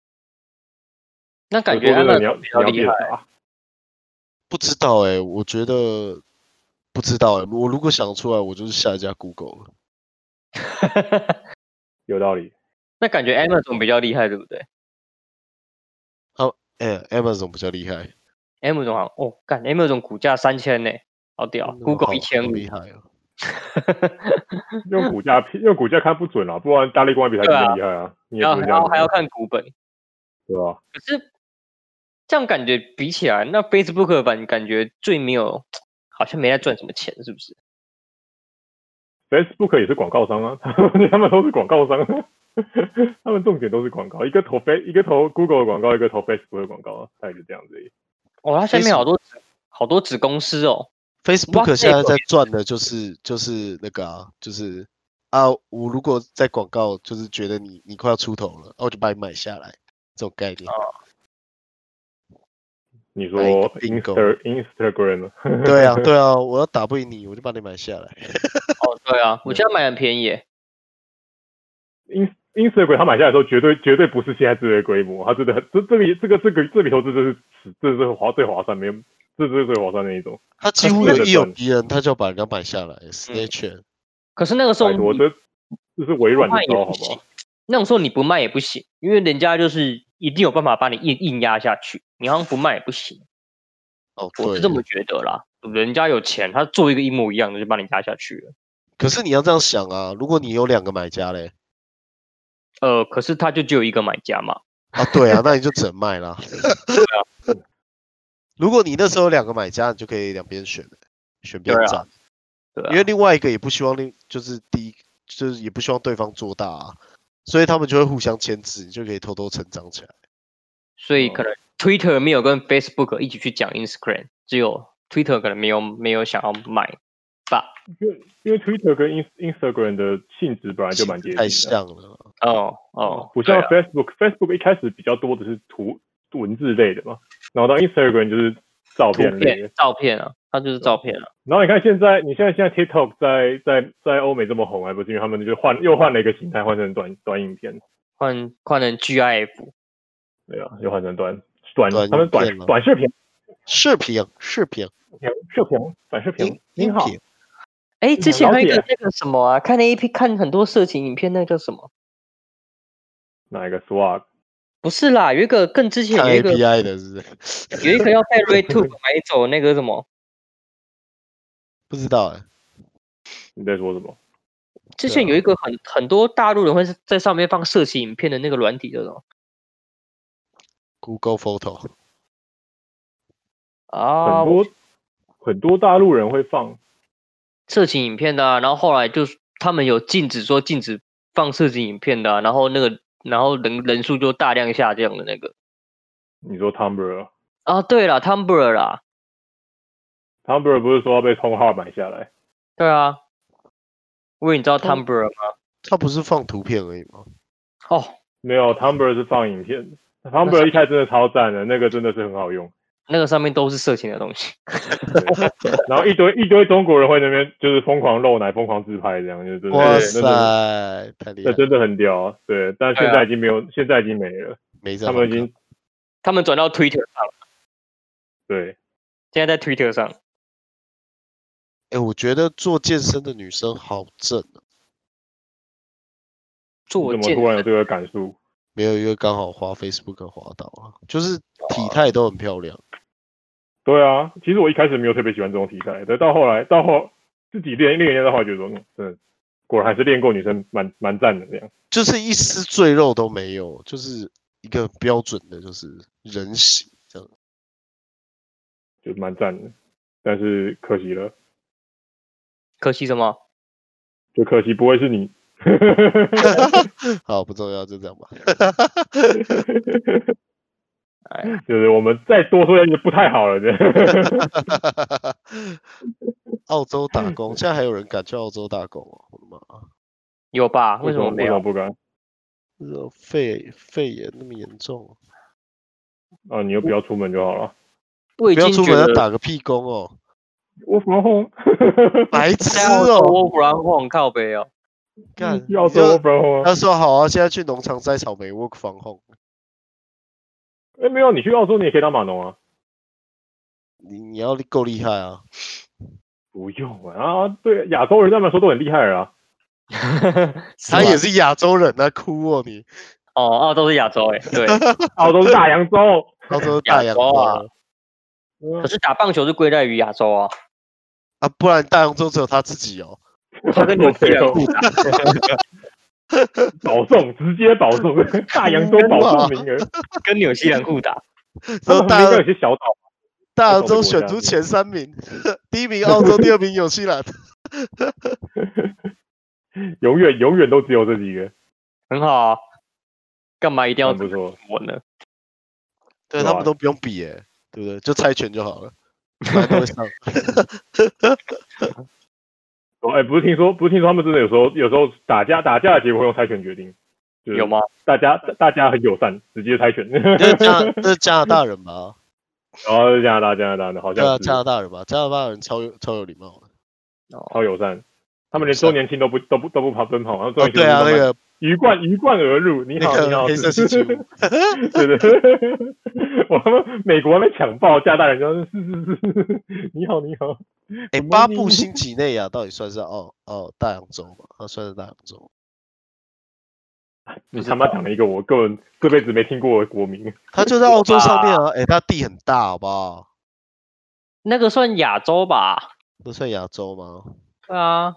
那感觉他们你要比较厉害。 不知道哎、欸，我觉得不知道哎、欸。我如果想出来，我就是下一家 Google 了。 有道理。 那感觉 Amazon 比较厉害，对不对？ 好，哎、欸、，Amazon 比较厉害。 Amazon 好，哦，干 Amazon 股价三千呢，好屌。Google 一千五， 厉害哦。 用股价用股价看不准啊，不然大力光比它更厉害啊。你也不是这样， 还要看股本， 对吧？ 可是这样感觉比起来，那 Facebook 版感觉最没有，好像没在赚什么钱，是不是 ？Facebook 也是广告商啊，他们都是广告商，他们重点都是广告，一个投 Face， 一个投 Google 的广告，一个投 Facebook 的广告啊，大概就这样子而已。 哦，它下面好多好多子公司哦。 Facebook 现在在赚的就是就是那个啊，就是啊，我如果在广告就是觉得你你快要出头了，我就把你买下来，这种概念。 哦你说 Insta Instagram 对啊对啊，我要打不赢你，我就把你买下来。 哦，对啊，我现在买很便宜耶。 In Instagram 他买下来的时候，绝对绝对不是现在这个规模，他真的很这这个这个这个这笔投资真是这是划最划算，没有这是最划算的那一种。 他几乎有一有敌人，他就把人家买下来 ，Snapchat。 可是那个时候， 我这这是微软的招，好不好？ 那种时候你不卖也不行，因为人家就是一定有办法把你硬硬压下去，你好像不卖也不行。 哦， 我是这么觉得啦，人家有钱，他做一个一模一样的就把你压下去了。 可是你要这样想啊，如果你有两个买家嘞， 呃，可是他就只有一个买家嘛。 啊，对啊，那你就只能卖啦。 对啊， 如果你那时候有两个买家，你就可以两边选，选边站。 对啊， 因为另外一个也不希望另就是第一就是也不希望对方做大啊，所以他们就会互相牵制，你就可以偷偷成长起来。 所以可能 Twitter 没有跟 Facebook 一起去讲 Instagram，只有 Twitter 可能没有没有想要买吧。 因为因为 Twitter 跟 Instagram 的性质本来就蛮接近的， 太像了。 哦哦， 不像对啊 Facebook，Facebook 一开始比较多的是图文字类的嘛，然后到 Instagram 就是照图片类的片。照片啊，它就是照片啊。 然后你看现在，你现在现在 TikTok 在在在欧美这么红，还不是因为他们就换又换了一个形态，换成短短影片， 换换成 G I F， 对啊，又换成短短短他们短影片了短视频， 视频视频视频短视频音， 您好， 音频哎，之前还有一个了解那个什么啊，看 A P 看很多色情影片，那个叫什么？ 哪一个 Swag？ 不是啦，有一个更之前看有一个 A P I 的是不是？ 有一个要被 RedTube 买走那个什么， 不知道哎、 你在说什么？ 之前有一个很很多大陆人会是在上面放色情影片的那个软体，叫什么？ Google Photo 啊， 很多很多大陆人会放， 色情影片的啊，然后后来就他们有禁止说禁止放色情影片的啊，然后那个然后人人数就大量下降的那个。 你说 Tumblr 啊，对了 ，Tumblr 啦， Tumblr 不是说要被通号买下来？ 对啊，喂，你知道 Tumblr 吗？ 它不是放图片而已吗？ 哦， 没有 Tumblr 是放影片，Tumblr 一开始真的超赞的，那个真的是很好用。 那个上面都是色情的东西。 然后一堆一堆中国人会那边就是疯狂露奶、疯狂自拍，这样就真的， 哇那塞，太厉害了！ 那真的很屌啊！对，但现在已经没有，现在已经没了， 没这他们已经他们转到 Twitter 上了， 对， 现在在 Twitter 上。 哎、我觉得做健身的女生好正啊！ 做健怎么突然有这个感触？ 没有一个刚好滑 Facebook 滑到啊，就是体态都很漂亮。 对啊，其实我一开始没有特别喜欢这种题材，但到后来到后自己练练练到后来觉得说，嗯，真的果然还是练过女生蛮蛮赞的这样。 就是一丝赘肉都没有，就是一个标准的，就是人形这样。 就蛮赞的，但是可惜了， 可惜什么？ 就可惜不会是你。 好，不重要，就这样吧。 哎， 就是我们再多说下去不太好了，这澳洲打工，现在还有人敢去澳洲打工哦？我的妈！ 有吧？为为什么为什么什么没有？ 不敢？ 这个肺肺炎那么严重， 啊，你又不要出门就好了。 我已不要出门要经觉得打个屁工哦， 我防控， 白痴在澳洲哦！ work from home 靠北哦。 干， 要说我防控啊？ 他说好啊，现在去农场摘草莓 work from home。 哎，没有，你去澳洲你也可以当码农啊。 你你要够厉害啊！ 不用啊，对亚洲人他们来说都很厉害了啊。 他也是亚洲人啊，哭哦你！ 哦，澳洲是亚洲哎，对。 澳洲是大洋洲， 澳洲大洋洲亚洲啊嗯可是打棒球是归在于亚洲啊， 啊，不然大洋洲只有他自己哦。 他跟纽西兰互打。 保送，直接保送，大洋洲保送名额。 跟纽西兰互打。 然后大他们旁边应该有洋些小岛， 大洋洲选出前三名，第一名澳洲，第二名纽西兰。 永远永远都只有这几个， 很好啊，干嘛一定要很不错。 我呢？ 对对吧他们都不用比诶，对不对？就猜拳就好了，反正都会上。 哦，哎，不是听说，不是听说他们真的有时候有时候打架打架的结果会用猜拳决定，就是有吗？ 大家大家很友善，直接猜拳。 这是加这是加拿大人吧？ 然后是加拿大加拿大的，好对啊， 像是加拿大人吧？加拿大人超有超有礼貌的。 哦， 超友善，他们连周年庆都不都不都不跑奔跑，然后周哦， 年庆对啊， 慢慢那个鱼贯鱼贯而入，你那好你好， 个黑色星期五， 对对，我们美国还没抢爆，加拿大人就是是是是，你好你好。 哎， Good 巴 morning 布新几内亚到底算是澳澳大洋洲吗？它算是大洋洲。 你他妈讲了一个我根本这辈子没听过的国名， 它就在澳洲上面啊，哎，它地很大，好不好？ 那个算亚洲吧？ 那算亚洲吗？ 对啊，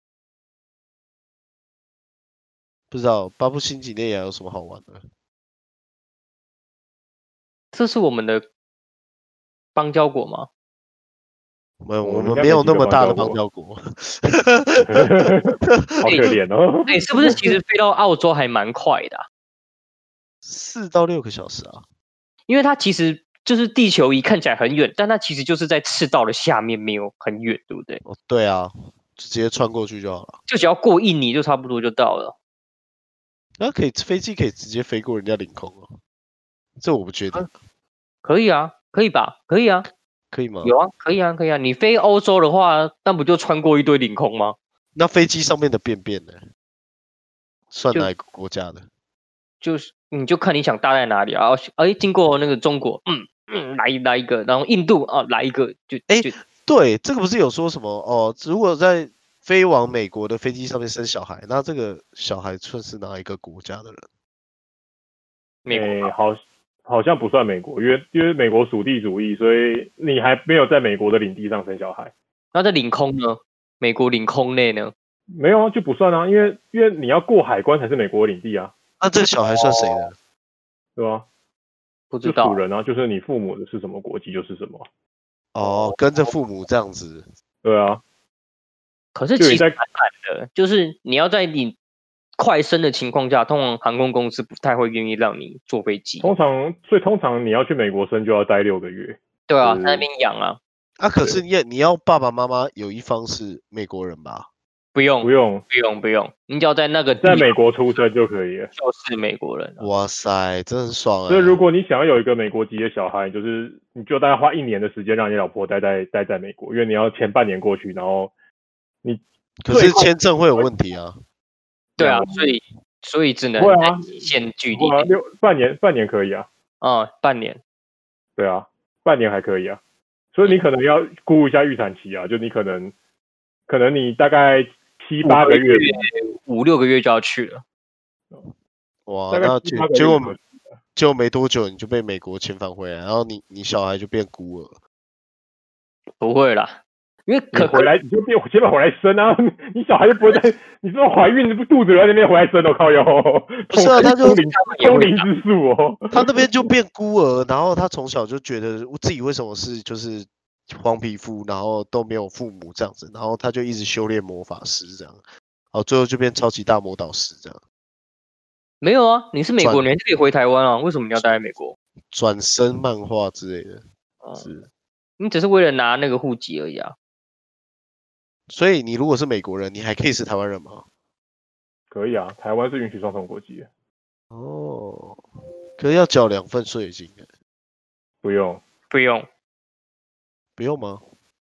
不知道巴布新几内亚有什么好玩的？ 这是我们的邦交国吗？ 没有，我我们应该们没有那没几个邦么大的邦交国交国。 好可怜哦。 哎、是不是其实飞到澳洲还蛮快的、啊？ 四到六个小时啊。 因为它其实就是地球仪看起来很远，但它其实就是在赤道的下面，没有很远，对不对？ 哦，对啊，就直接穿过去就好了。 就只要过印尼就差不多就到了。 那可以飞机可以直接飞过人家领空哦，这我不确定。 可以啊，可以吧？可以啊， 可以吗？ 有啊，可以啊，可以啊。你飞欧洲的话，那不就穿过一堆领空吗？ 那飞机上面的便便呢？算就哪一个国家的？ 就是你就看你想搭在哪里啊。哎，经过那个中国，嗯嗯，来来一个，然后印度啊来一个，就哎就对，这个不是有说什么哦？如果在飞往美国的飞机上面生小孩，那这个小孩算是哪一个国家的人？ 美国诶、好，好像不算美国，因为因为美国属地主义，所以你还没有在美国的领地上生小孩。 那在领空呢？美国领空内呢？ 没有啊，就不算啊，因为因为你要过海关才是美国领地啊， 那这个小孩算谁的？ 对吧？ 不知道就属。人啊，就是你父母的是什么国籍就是什么。 哦，跟着父母这样子。 对啊， 可是就你在其实蛮难的，就是你要在你快生的情况下，通常航空公司不太会愿意让你坐飞机。 通常，所以通常你要去美国生就要待六个月。 对啊， 就是在那边养啊， 啊，可是你也你要爸爸妈妈有一方是美国人吧？ 不用不用不用不用，你只要在那个地在美国出生就可以了。 就是美国人了。 哇塞，真的很爽哎、 所以如果你想要有一个美国籍的小孩，就是你就大概花一年的时间让你老婆待在待在美国，因为你要前半年过去，然后你可是签证会有问题啊。 对啊，所以所以只能会啊在极限距离不啊内六半年半年可以啊， 啊，半年。 对啊，半年还可以啊。所以你可能要估一下预产期啊，就你可能可能你大概七八个月， 五六个月就要去了。 哇， 大概那七八个月结结果就结果没多久你就被美国遣返回来，然后你你小孩就变孤儿。 不会啦，因为你可回来你就变先把回来生啊，你小孩就不会再，你说怀孕不肚子在那边回来生哦，靠腰， 不是啊他就通灵通灵之术哦， 他那边就变孤儿，然后他从小就觉得自己为什么是就是黄皮肤，然后都没有父母这样子，然后他就一直修炼魔法师这样，然后最后就变超级大魔导师这样， 没有啊，你是美国人，你可以回台湾啊，为什么你要待在美国？ 转身漫画之类的。 嗯是， 你只是为了拿那个户籍而已啊。 所以你如果是美国人，你还可以是台湾人吗？ 可以啊，台湾是允许双重国籍的， 哦，可是要缴两份税金的， 不用， 不用， 不用吗？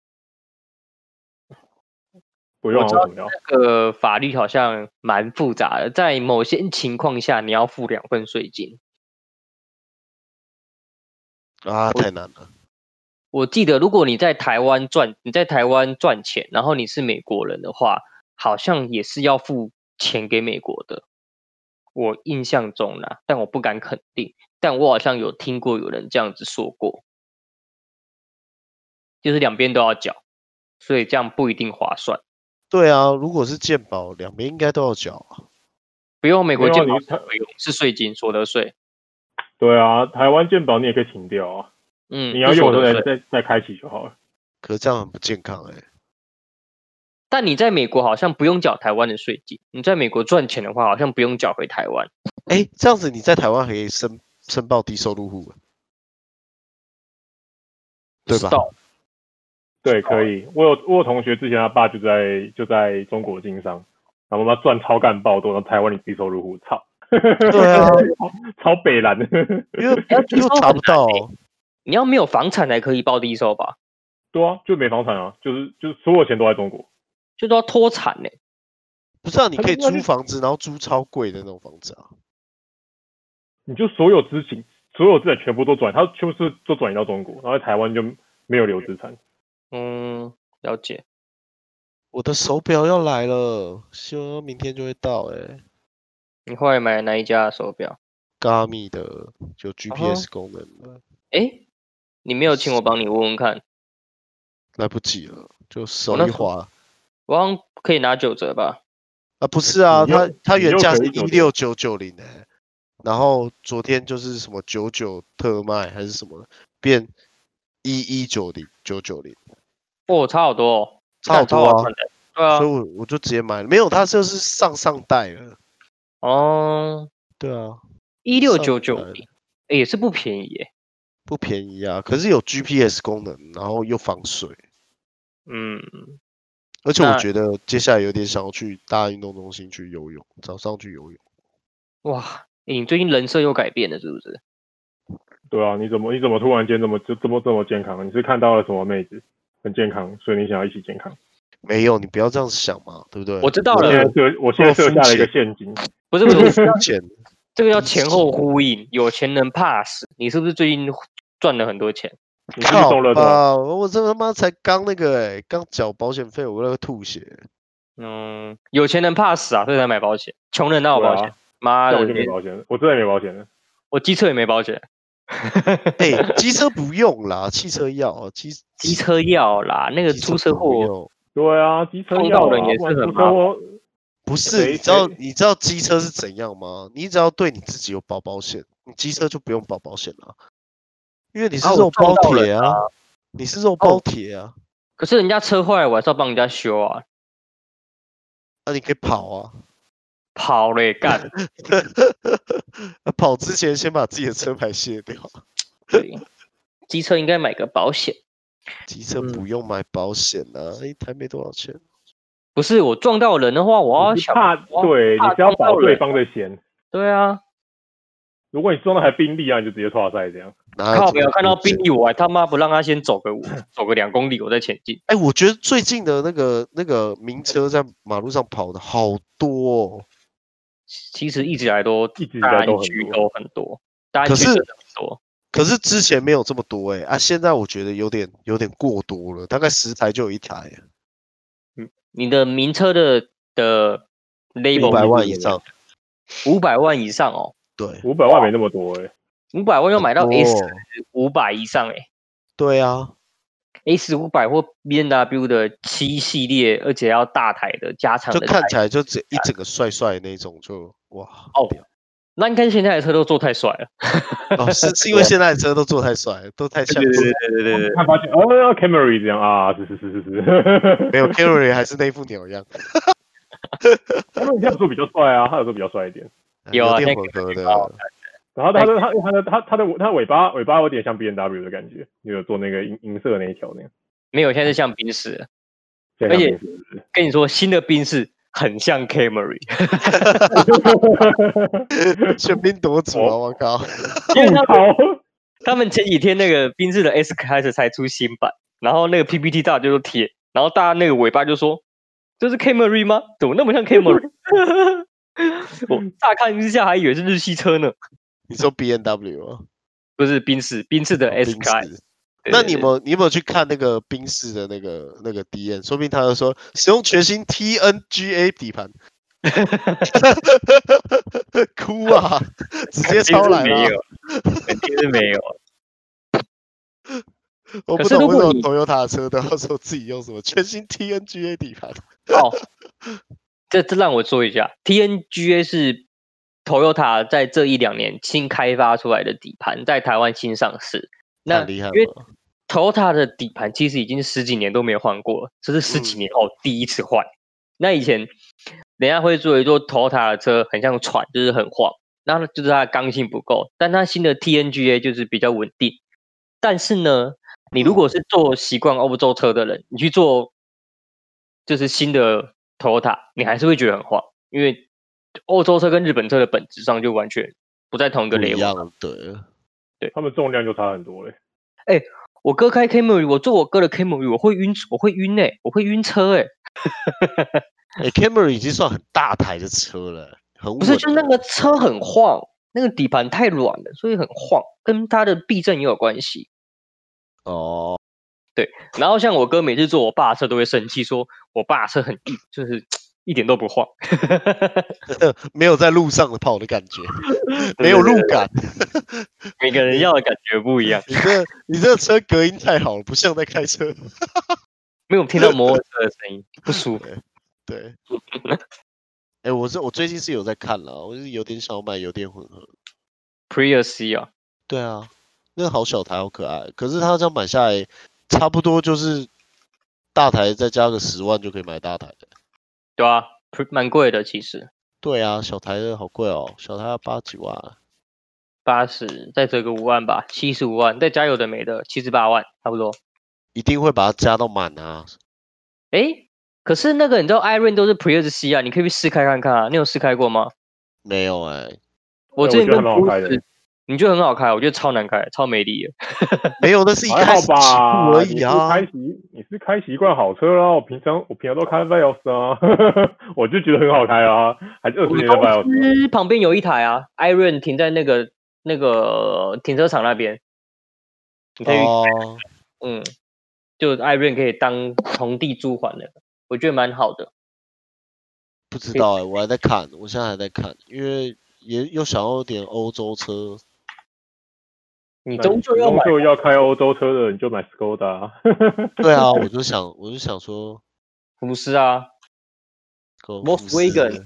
不用啊， 我知道为什么要？ 这个法律好像蛮复杂的，在某些情况下你要付两份税金。 啊，太难了。 我记得，如果你在台湾赚，你在台湾赚钱，然后你是美国人的话，好像也是要付钱给美国的。我印象中啦，但我不敢肯定，但我好像有听过有人这样子说过，就是两边都要缴，所以这样不一定划算。 对啊，如果是健保，两边应该都要缴啊。 不用美国健保没有啊你不用，是税金所得税。 对啊，台湾健保你也可以停掉啊， 嗯， 你要用的时候是所得税。 再再再开启就好了。 可是这样很不健康哎、 但你在美国好像不用缴台湾的税金，你在美国赚钱的话，好像不用缴回台湾。 哎、这样子你在台湾可以申申报低收入户，对吧？ 对，可以。我有我有同学之前他爸就在就在中国经商，然后妈妈赚超干爆多，然后台湾你低收入户，操！ 对啊， 超北蓝的。 因为又查不到、 你要没有房产才可以报低收吧？ 对啊，就没房产啊，就是就是所有钱都在中国。 就都要脱产呢、 不是啊，你可以他就租房子，然后租超贵的那种房子啊。 你就所有资金、所有资产全部都转，他全部是都转移到中国，然后在台湾就没有留资产。 嗯，了解。 我的手表要来了，希望明天就会到哎、欸。 你后来买哪一家的手表？ Garmin 的有 G P S 功能的， 哎、你没有请我帮你问问看， 来不及了，就手我那时候一滑我好像可以拿九折吧？ 啊，不是啊， 你又它它你又原价是可以九折一六九九零哎，然后昨天就是什么九九特卖还是什么的，变一一九零九九零， 哦，差好多哦， 差好多啊， 对啊， 所以我我就直接买了，没有，它就是上上代了。 哦， 对啊， 一六九九零，也是不便宜耶， 不便宜啊，可是有 G P S 功能，然后又防水， 嗯， 而且我觉得接下来有点想要去大运动中心去游泳，早上去游泳。 哇，你最近人设又改变了是不是？ 对啊，你怎么你怎么突然间这么就这么这么健康？你是看到了什么妹子很健康，所以你想要一起健康？ 没有，你不要这样想嘛，对不对？ 我知道了， 我现在设我现在设下了一个陷阱， 不是不是肤浅， 这个要前后呼应，有钱人怕死。你是不是最近赚了很多钱？ 你是不是中了吧，我这他妈才刚那个哎、欸，刚缴保险费，我那个吐血。 嗯，有钱人怕死啊，所以才买保险。穷人哪有保险？妈、啊、的， 我就没保险，我真的没保险的。 我机车也没保险。 哎欸，机车不用啦，汽车要机机车要啦，那个出车祸， 对啊，机车要人也是很麻烦。 不是，你知道你知道机车是怎样吗？你只要对你自己有保保险，你机车就不用保保险了，因为你是肉包铁啊，啊你是肉包铁啊、哦。 可是人家车坏了，我还是要帮人家修啊。 那、啊、你可以跑啊， 跑嘞干！ 跑之前先把自己的车牌卸掉。 对，机车应该买个保险。 机车不用买保险啊，嗯、一台没多少钱。 不是我撞到人的话，我要想怕，对，你是要保对方的险。 对啊， 如果你撞到台宾利啊，你就直接挫赛这样。 靠，没有看到宾利，我还他妈不让他先走个走个两公里，我再前进。 哎、欸，我觉得最近的那个那个名车在马路上跑的好多、哦。 其实一直以来都一直以来都很多，都很多，大可是很多。 可是之前没有这么多哎、欸、啊，现在我觉得有点有点过多了，大概十台就有一台。 嗯，你的名车的的 label 五百万以上， 五百万以上哦。 对， 五百万没那么多哎、欸， 五百万要买到 S 五百以上哎、欸。 对啊 ，S 五百或 B M W 的七系列，而且要大台的加长的， 就看起来就整一整个帅帅那种就，就哇哦。那应该是现在的车都做太帅了。 哦，是是因为现在的车都做太帅，都太像。 对对对对对。 他发现哦 ，Camry 这样啊，是是是是是。 没有 Camry 还是那副鸟样。 他们这样做比较帅啊，他有时候比较帅一点。 有啊， 电混合的。 然后他的他他的他他的他尾巴尾巴有点像 B M W 的感觉，你有做那个银银色那一条那样。 没有，现在是像宾士，而且跟你说新的宾士很像 Camry。 喧宾夺主啊！我靠！ 因为他他们前几天那个宾士的 S 开始才出新版，然后那个 P P T 大家就贴，然后大家那个尾巴就说：“这是 Camry 吗？怎么那么像 Camry？” 我乍看之下还以为是日系车呢。 你说 B M W 啊？ 不是宾士，宾士的 S 开。 那你有你有没有去看那个宾士的那个那个 D N？ 说不定他就说使用全新 T N G A 底盘。哭啊！直接抄来了。 没有，肯定是没有。 我不懂为什么 Toyota 的车都要说自己用什么全新 T N G A 底盘。 哦，这这让我说一下 ，T N G A 是 Toyota 在这一两年新开发出来的底盘，在台湾新上市。那因为 Toyota 的底盘其实已经十几年都没有换过了，这是十几年后第一次换。嗯、那以前人家会做一座 Toyota 的车很像船，就是很晃，那就是它的刚性不够。但它新的 T N G A 就是比较稳定。但是呢，你如果是做习惯欧洲车的人，你去做就是新的 Toyota， 你还是会觉得很晃，因为欧洲车跟日本车的本质上就完全不在同一个 level。 对， 对， 他们重量就差很多嘞。 哎、欸，我哥开 Camry， 我坐我哥的 Camry， 我会晕，我会晕哎、欸，我会晕车哎、欸。 哎、欸、，Camry 已经算很大台的车了，很稳。 不是，就那个车很晃，那个底盘太软了，所以很晃，跟它的避震也有关系。 哦， 对。然后像我哥每次坐我爸的车都会生气，说我爸的车很硬，就是一点都不晃， 没有在路上跑的感觉，没有路感。 每个人要的感觉不一样。 你这你这车隔音太好了，不像在开车。 没有听到摩托车的声音，不舒服。 对。哎、欸，我这我最近是有在看了，我是有点想买油电混合。 Prius 啊。 对啊。 那个好小台好可爱，可是它这样买下来，差不多就是大台再加个十万就可以买大台的。 对啊，蛮贵的其实。 对啊，小台的好贵哦，小台要八几万、啊。 八十再折个五万吧，七十五万，再加有的没的，七十八万差不多。 一定会把它加到满啊。 哎，可是那个你知道 Iron 都是 Pre 二十 C 啊，你可以去试开看看啊。你有试开过吗？ 没有哎、欸， 我之前跟蛮好开的。 你觉得很好开，我觉得超难开，超没力的。 没有，那是一开始起步而已啊。 你是开习你是开习惯好车啦，我平常我平常都开 Vios 啊，我就觉得很好开啊，还是二十年的 Vios。 公司旁边有一台啊 ，Iron 停在那个那个停车场那边，你可以， 哦、 嗯，就 Iron 可以当同地租还的，我觉得蛮好的。 不知道哎、欸，我还在看，我现在还在看，因为也又想要点欧洲车。 你终究要终究要开欧洲车的，你就买 Skoda、啊。 对啊，我就想，我就想说， 福斯啊 ，Volkswagen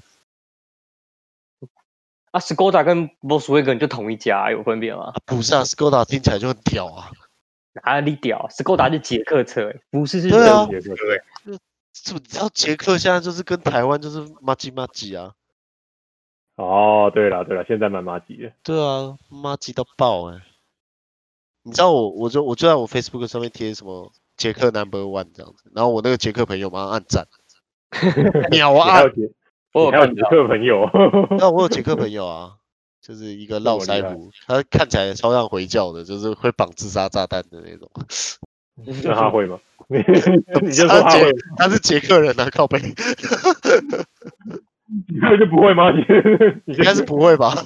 啊 ，Skoda 跟 Volkswagen 就同一家，有分别吗？ 啊、不是啊 ，Skoda 听起来就很屌啊。 哪里屌 ？Skoda 是捷克车、欸，福斯是对啊， 捷克车。 你知道捷克现在就是跟台湾就是麻吉麻吉啊。 哦，对了对了，现在蛮麻吉的。 对啊，麻吉到爆哎、欸！你知道我，我就我就在我 Facebook 上面贴什么捷克 Number One 这样子，然后我那个捷克朋友马上按赞，秒啊！ 我有捷克朋友， 那我有捷克朋友啊，就是一个络腮胡，他看起来超像回教的，就是会绑自杀炸弹的那种。 那他会吗？你你就说他会？ 他是捷克人啊，靠北。 你那就不会吗？你应该是不会吧？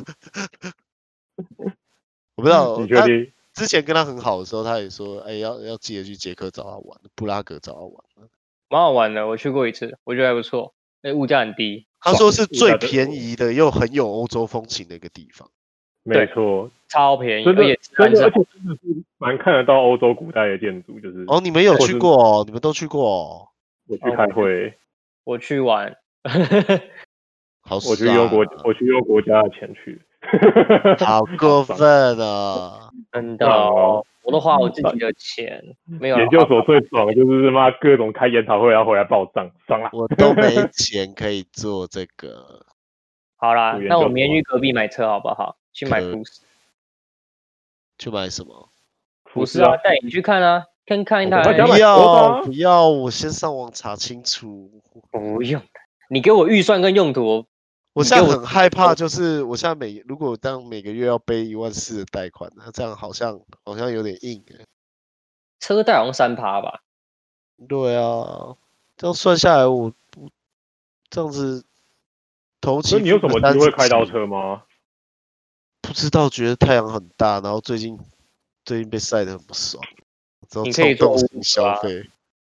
我不知道。 你确定？ 之前跟他很好的时候，他也说，哎、欸，要要记得去捷克找他玩，布拉格找他玩， 蛮好玩的。我去过一次，我觉得还不错，那物价很低。 他说是最便宜的又很有欧洲风情的一个地方。 没错， 超便宜， 真的， 而且真的，而且真的是蛮看得到欧洲古代的建筑，就是哦，你们有去过哦，你们都去过哦。 我去开会， 我去玩， 好、啊， 我去用国，我去用国家的钱去， 好过分啊！ 真的、哦，我都花我自己的钱，没有。 研究所最爽的就是他妈各种开研讨会，然后回来报账，爽啦！ 我都没钱可以做这个。 好啦，那我明天去隔壁买车好不好？去买福斯。 去买什么？ 福斯啊，带你去看啊，看看一台。 不要不要，我先上网查清楚。 不用，你给我预算跟用途。 我现在很害怕，就是我现在每如果当每个月要背一万四的贷款，那这样好像好像有点硬哎。 车贷好像三趴吧？ 对啊，这样算下来我，我这样子头期。 你有什么机会开到车吗？ 不知道，觉得太阳很大，然后最近最近被晒得很不爽， 你可以做型消费。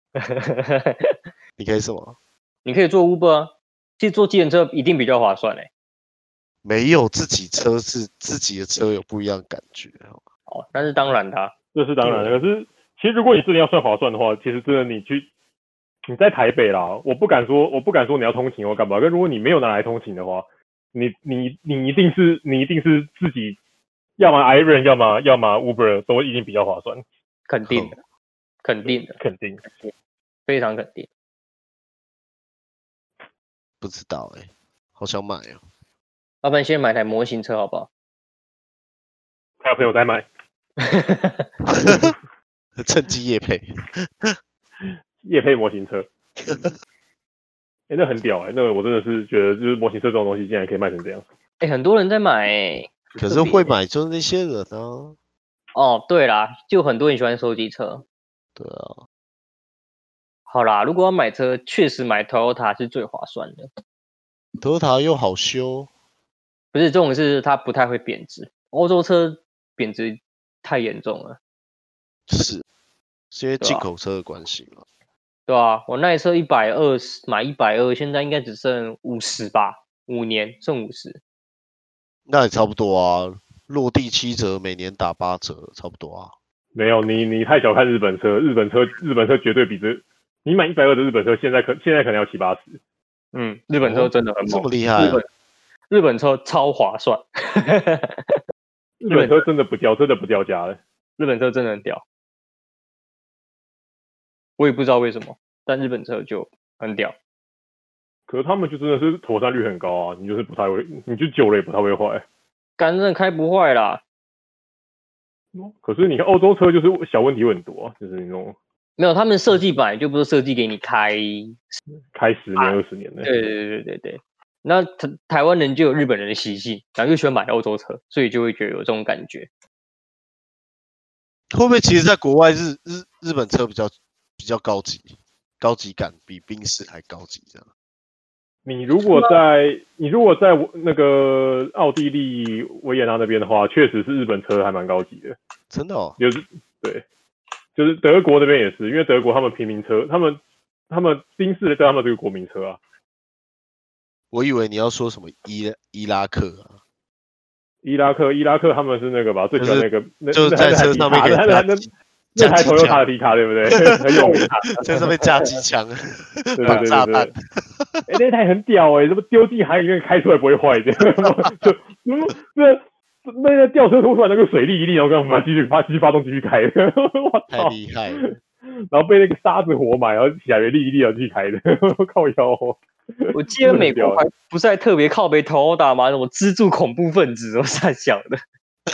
你可以什么？ 你可以做 Uber 啊。其实坐计程车一定比较划算嘞、欸。 没有自己车是自己的车有不一样的感觉。 哦，那是当然的、啊， 这是当然的。可是其实如果你真的要算划算的话，其实真的你去你在台北啦，我不敢说我不敢说你要通勤或干嘛。但如果你没有拿来通勤的话，你你你一定是你一定是自己，要么 Iron， 要么要么 Uber 都一定比较划算。 肯定的，肯定的， 肯定， 非常肯定。 不知道哎、欸，好想买哦。 要不然先买台模型车好不好？ 还有朋友在买， 趁机业配， 业配模型车。哎、欸，那很屌哎、欸，那个我真的是觉得，就是模型车这种东西竟然可以卖成这样。 哎、欸，很多人在买、欸， 可是会买就是那些人啊。 哦，对啦，就很多人喜欢收集车。 对啊。 好啦，如果要买车，确实买 Toyota 是最划算的。 Toyota 又好修， 不是，这种是它不太会贬值。欧洲车贬值太严重了。 是，是因为进口车的关系吗？ 对啊，我那一车一百二十买一百二，现在应该只剩五十吧，五年剩五十。 那也差不多啊，落地七折，每年打八折，差不多啊。 没有，你你太小看日本车，日本车日本车绝对比这。你买一百二的日本车，现在可现在可能要七八十。 嗯，日本车真的很猛， 这么厉害、啊。 日本日本车超划算。 日本车真的不掉，真的不掉价了。 日本车真的很屌，我也不知道为什么，但日本车就很屌。 可是他们就真的是妥善率很高啊，你就是不太会，你就久了也不太会坏。 干真的开不坏啦。 可是你看欧洲车就是小问题会很多啊，就是那种没有，他们设计本来就不是设计给你开开十年二十年的。 对对对对对。那台台湾人就有日本人的习性，然后又喜欢买欧洲车，所以就会觉得有这种感觉。 会不会其实在国外日日日本车比较比较高级，高级感比宾士还高级这样？ 你如果在你如果在那个奥地利维也纳那边的话，确实是日本车还蛮高级的。 真的哦。 就是对，就是德国那边也是，因为德国他们平民车，他们他们宾士在他们这个国民车啊。 我以为你要说什么伊伊拉克啊。 伊拉克，伊拉克他们是那个吧，最喜欢那个， 就是在车上面给那那那台头有他的皮卡，对不对？很有名， 在上面架机枪， 对对对对对。哎，那台很屌哎，怎么丢进海里面开出来不会坏的？就那那个吊车突然那个水力一力，然后跟我们继续发继续发动继续开，我操，太厉害了。 然后被那个沙子活埋，然后起来力一力然后继续开的，靠腰。 我记得美国还不是还特别靠北 Toyota 吗？什么资助恐怖分子，我傻想的。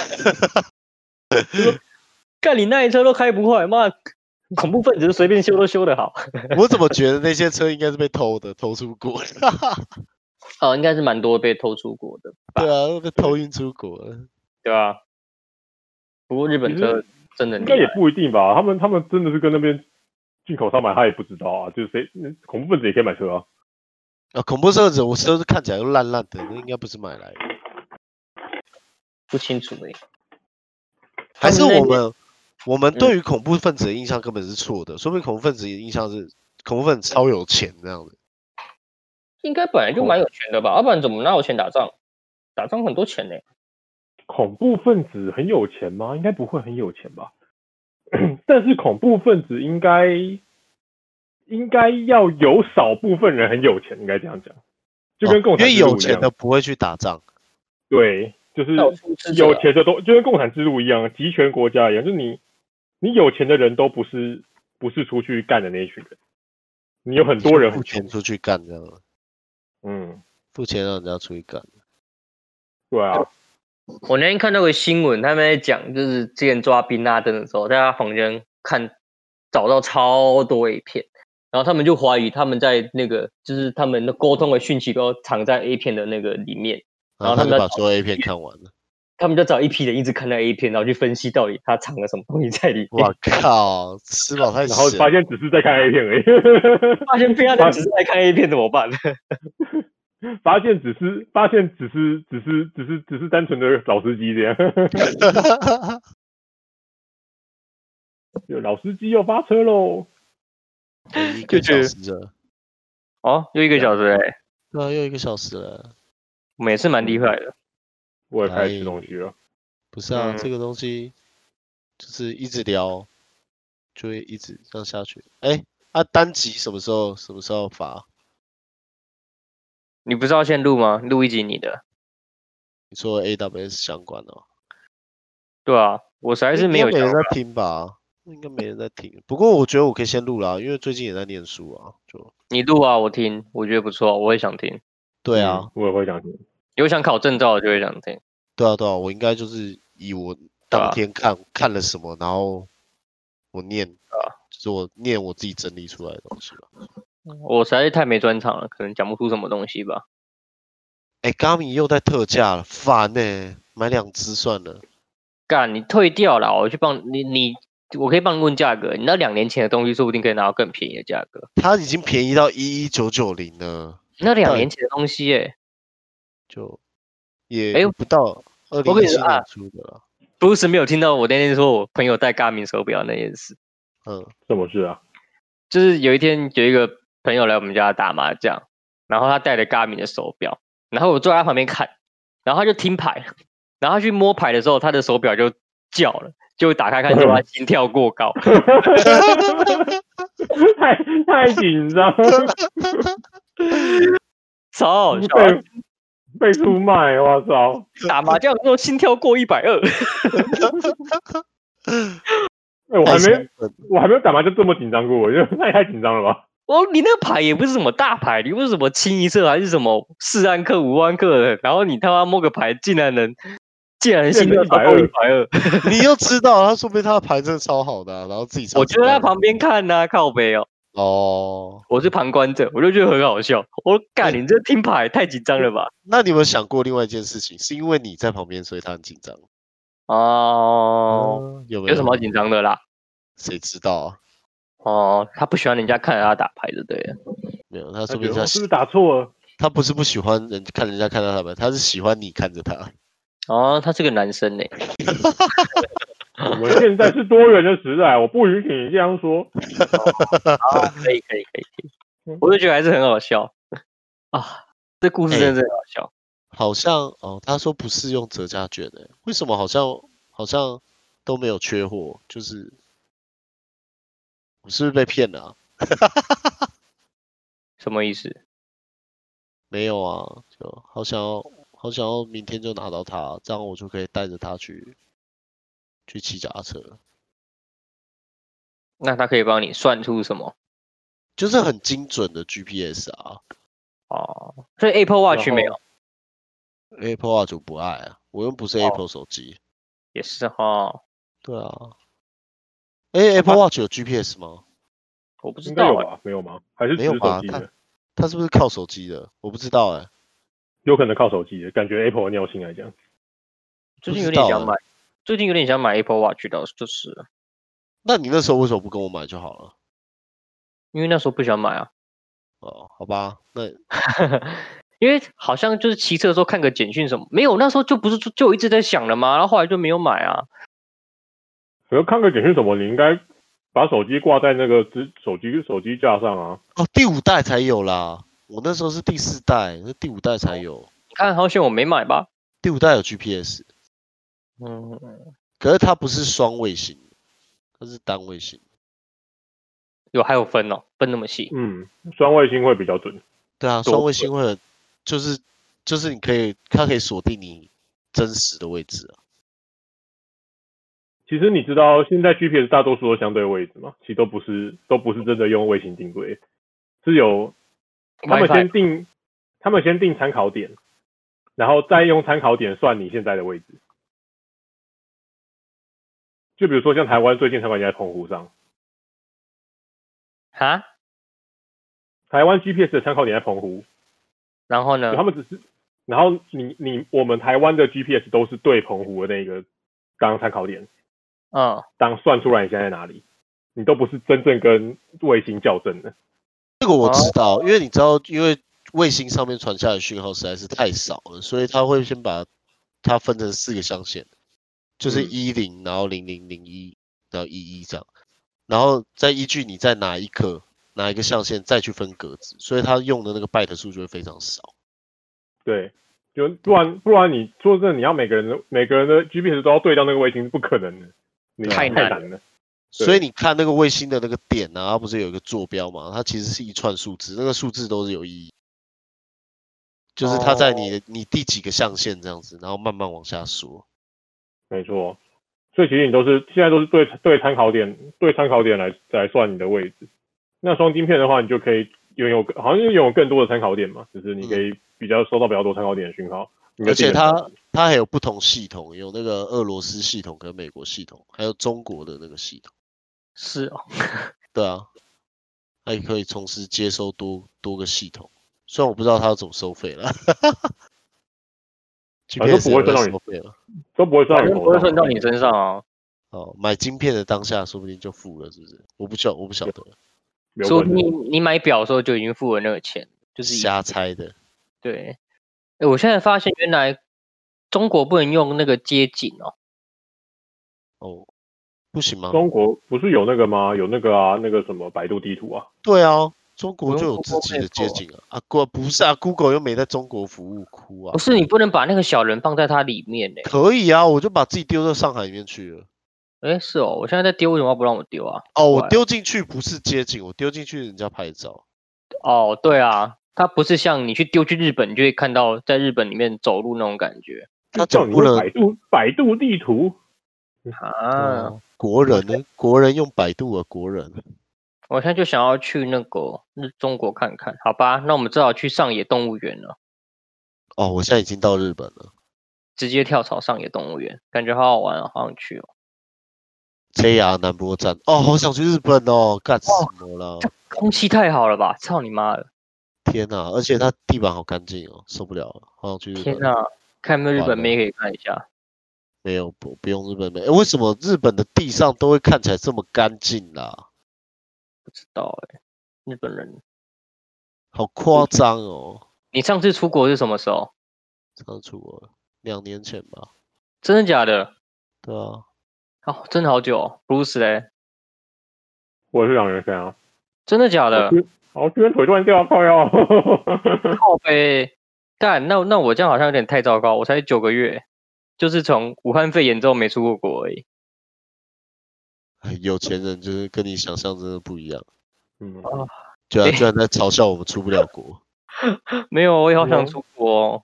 干你那一车都开不坏，妈，恐怖分子随便修都修得好。 我怎么觉得那些车应该是被偷的，偷出国的？ 哦，应该是蛮多被偷出国的。 对啊，被偷运出国了。 对啊。不过日本车真的应该也不一定吧？他们他们真的是跟那边进口商买，他也不知道啊。就是谁恐怖分子也可以买车啊。 啊，恐怖分子，我车子看起来又烂烂的，那应该不是买来的。 不清楚诶、欸。 还是我们我们对于恐怖分子的印象根本是错的，说明恐怖分子的印象是恐怖分子超有钱这样子。 应该本来就蛮有钱的吧？要、啊、不然怎么哪有钱打仗？打仗很多钱呢、欸。 恐怖分子很有钱吗？应该不会很有钱吧？但是恐怖分子应该应该要有少部分人很有钱，应该这样讲，就跟共产制度一样、 哦、因为有钱的不会去打仗。 对。就是有钱的都就跟共产制度一样，集权国家一样，就是你你有钱的人都不是不是出去干的那一群人，你有很多人付钱出去干这样。 嗯， 付钱让人家出去干。 对啊。 我那天看到个新闻，他们在讲，就是之前抓宾拉登的时候，在他房间看找到超多 A 片，然后他们就怀疑他们在那个就是他们的沟通的讯息都藏在 A 片的那个里面。 然后他们就把所有 A 片看完了， 他们就找一批人一直看那 A 片，然后去分析到底他藏了什么东西在里面。 我靠，吃饱太闲， 然后发现只是在看 A 片而已。 发现被他只是在看 A 片怎么办？ 发现只是发现只是只是只是只是单纯的老司机这样。有老司机又发车喽， 一个小时了。 哦，又一个小时哎、欸。 对啊，又一个小时了。 我们也是蛮厉害的。 我也开始吃东西了。 不是啊、嗯，这个东西就是一直聊，就会一直这样下去。哎、欸，啊，单集什么时候什么时候发？ 你不是要先录吗？录一集你的。 你说 A W S 相关的、哦？ 对啊，我实在是没有。 没人在听吧？应该没人在听。不过我觉得我可以先录啦，因为最近也在念书啊。就你录啊，我听，我觉得不错，我也想听。 对啊、 嗯，我也会想听。 有想考证照的就会想听。 对啊，对啊，我应该就是以我当天看、啊、看了什么，然后我念啊，就是我念我自己整理出来的东西吧。 我实在是太没专长了，可能讲不出什么东西吧。 哎、欸、，Garmin 又在特价了，烦呢、欸，买两只算了。 干，你退掉了，我去帮你，你我可以帮你问价格。你那两年前的东西，说不定可以拿到更便宜的价格。 它已经便宜到一一九九零了。 那两年前的东西、欸，哎， 就也不到二零一七年出的了。 不是没有听到我那天说我朋友戴 Garmin 手表那件事。 嗯， 什么事啊？ 就是有一天有一个朋友来我们家打麻将，然后他戴着 Garmin 的手表，然后我坐在他旁边看，然后他就听牌，然后他去摸牌的时候，他的手表就叫了，就打开看说他心跳过高， 太太紧张， 超好笑， 被被出卖，我操！ 打麻将的时候心跳过一百二， 哎、我还没我还没有打麻将这么紧张过，我觉得那也太紧张了吧？ 哦，你那个牌也不是什么大牌，你不是什么清一色还是什么四万克、五万克的，然后你他妈摸个牌竟然能，竟然心跳超过一百二， 你又知道他说不定他的牌真的超好的、啊，然后自己我就在旁边看呐、啊，靠北哦。 哦， 我是旁观者，我就觉得很好笑。我干，你这听牌太紧张了吧？ 那你有没有想过另外一件事情？是因为你在旁边，所以他很紧张哦、 嗯，有没有？ 有什么好紧张的啦？ 谁知道啊？ 哦，他不喜欢人家看着他打牌的，对了。 没有，他他说不定他觉得我是不是打错了？ 他不是不喜欢人看人家看到他们，他是喜欢你看着他。 哦，他是个男生呢。 我们现在是多元的时代，我不允许你这样说。 好，可以可以可以可以，我就觉得还是很好笑啊，这故事真的很好笑。 好像哦，他说不是用折价券的，为什么好像好像都没有缺货？就是我是不是被骗了、啊？ 什么意思？ 没有啊，就好想要好想要明天就拿到它，这样我就可以带着它去去骑脚踏车了。 那他可以帮你算出什么？ 就是很精准的 G P S 啊。 哦，所以 Apple Watch 没有？ Apple Watch 我不爱啊，我又不是 Apple 手机。 也是哈。 对啊。哎、欸、，Apple Watch 有 G P S 吗？ 我不知道、欸， 应该有吧？没有吗？还是只是手机的？ 它是不是靠手机的？我不知道哎、欸。 有可能靠手机的，感觉 Apple 的尿性来讲。 最近有点想买，最近有点想买 Apple Watch 的，就是了。 那你那时候为什么不跟我买就好了？ 因为那时候不想买啊。 哦，好吧，那因为好像就是骑车的时候看个简讯什么，没有，那时候就不是就一直在想了吗？然后后来就没有买啊。 可是看个简讯什么，你应该把手机挂在那个只手机手机架上啊。 哦，第五代才有啦，我那时候是第四代，那第五代才有。 你看好险我没买吧？ 第五代有 G P S， 嗯， 可是它不是双卫星，它是单卫星。 有还有分哦，分那么细。 嗯，双卫星会比较准。 对啊，双卫星会很，就是就是你可以，它可以锁定你真实的位置啊。 其实你知道现在 G P S 大多数都相对位置嘛，其实都不是都不是真的用卫星定位，是有他们先定他们先定参考点，然后再用参考点算你现在的位置。就比如说像台湾最近参考点在澎湖上， 哈？ 台湾 G P S 的参考点在澎湖， 然后呢？ 他们只是，然后你你我们台湾的 G P S 都是对澎湖的那个当参考点。 嗯， 当算出来你现在在哪里，你都不是真正跟卫星校正的。 这个我知道，因为你知道，因为卫星上面传下的讯号实在是太少了，所以他会先把它分成四个象限，就是一零，然后零零零一，然后一一这样，然后再依据你在哪一颗哪一个象限再去分格子，所以他用的那个 byte 数就会非常少。 对，就不然不然你说真的，你要每个人的每个人的 G P S 都要对到那个卫星是不可能的。 太难难了， 所以你看那个卫星的那个点啊，它不是有一个坐标嘛？它其实是一串数字，那个数字都是有意义，就是它在你的、哦、你第几个象限这样子，然后慢慢往下说。 没错，所以其实你都是现在都是对对参考点对参考点来来算你的位置。那双晶片的话，你就可以拥有好像拥有更多的参考点嘛，就是你可以比较收到比较多参考点的讯号。 而且它它还有不同系统，有那个俄罗斯系统跟美国系统，还有中国的那个系统。 是哦， 对啊，它也可以同时接收多多个系统。虽然我不知道它要怎么收费了， 反正不会算到你收费了， 都不会算到你， 不会算到你身上啊。 哦，买晶片的当下说不定就付了，是不是？我不晓我不晓得。 说你你买表的时候就已经付了那个钱，就是瞎猜的。 对。哎、欸，我现在发现原来中国不能用那个街景哦。 哦，不行吗？ 中国不是有那个吗？有那个啊，那个什么百度地图啊。 对啊，中国就有自己的街景啊。啊，不不是啊 ，Google 又没在中国服务库啊。 不是，你不能把那个小人放在它里面呢、欸。 可以啊，我就把自己丢到上海里面去了。 哎、欸，是哦，我现在在丢，为什么不让我丢啊？ 哦，我丢进去不是街景，我丢进去人家拍照。 哦，对啊。它不是像你去丢去日本，你就会看到在日本里面走路那种感觉。 它叫你用百度百度地图， 啊， 哦，国人呢？国人用百度啊，国人。 我现在就想要去那个日中国看看，好吧？那我们只好去上野动物园了， 哦，我现在已经到日本了。 直接跳槽上野动物园，感觉好好玩哦，好想去哦。 J R 南波站，哦，好想去日本哦，干什么了？ 空气太好了吧！操你妈的！ 天哪、而且它地板好干净哦，受不了了，好想去日本。 天哪、看有没有日完了本妹可以看一下。 没有，不不用日本妹。诶为什么日本的地上都会看起来这么干净啦？ 不知道哎、日本人。 好夸张哦！ 你上次出国是什么时候？ 上次我两年前吧。 真的假的？ 对啊， 哦，真的好久、哦。Bruce 嘞？ 我也是两年前啊。 真的假的？ 哦，这边腿断掉，靠腰。 靠背干，那那我这样好像有点太糟糕。我才九个月，就是从武汉肺炎之后没出过国而已。 哎有钱人就是跟你想象真的不一样， 嗯， 啊， 居然对居然在嘲笑我们出不了国。 没有，我也好想哦出国、哦。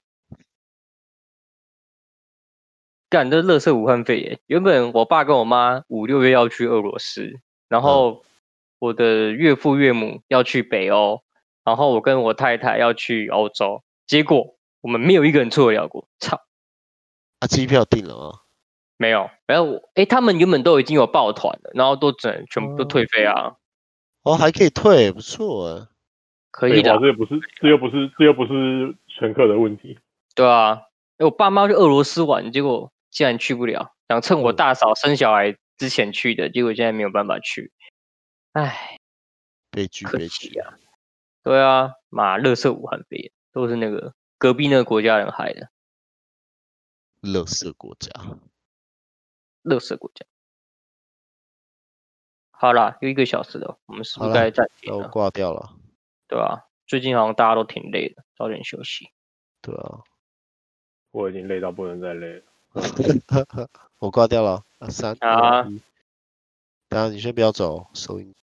干，这乐色武汉肺炎。原本我爸跟我妈五六月要去俄罗斯，然后我的岳父岳母要去北欧，然后我跟我太太要去欧洲，结果我们没有一个人出得了国。操， 啊，机票订了吗？ 没有。然后我，哎，他们原本都已经有报团了，然后都只能全部都退费啊。 哦，还可以退，不错哎。 可以的废话，，这又不是，这又不是，这又不是乘客的问题。 对啊。哎，我爸妈去俄罗斯玩，结果竟然去不了，想趁我大嫂生小孩之前去的，结果现在没有办法去。唉， 悲剧可悲剧。 惜啊。对啊，妈，乐色武汉肺炎都是那个隔壁那个国家人害的， 垃圾国家。 乐色国家。好啦，又一个小时了，我们是不好啦是该暂停那我了？ 挂掉了。 对啊，最近好像大家都挺累的，早点休息。 对啊， 我已经累到不能再累了。 我挂掉了。啊，三好啊二一。等下你先不要走，收音。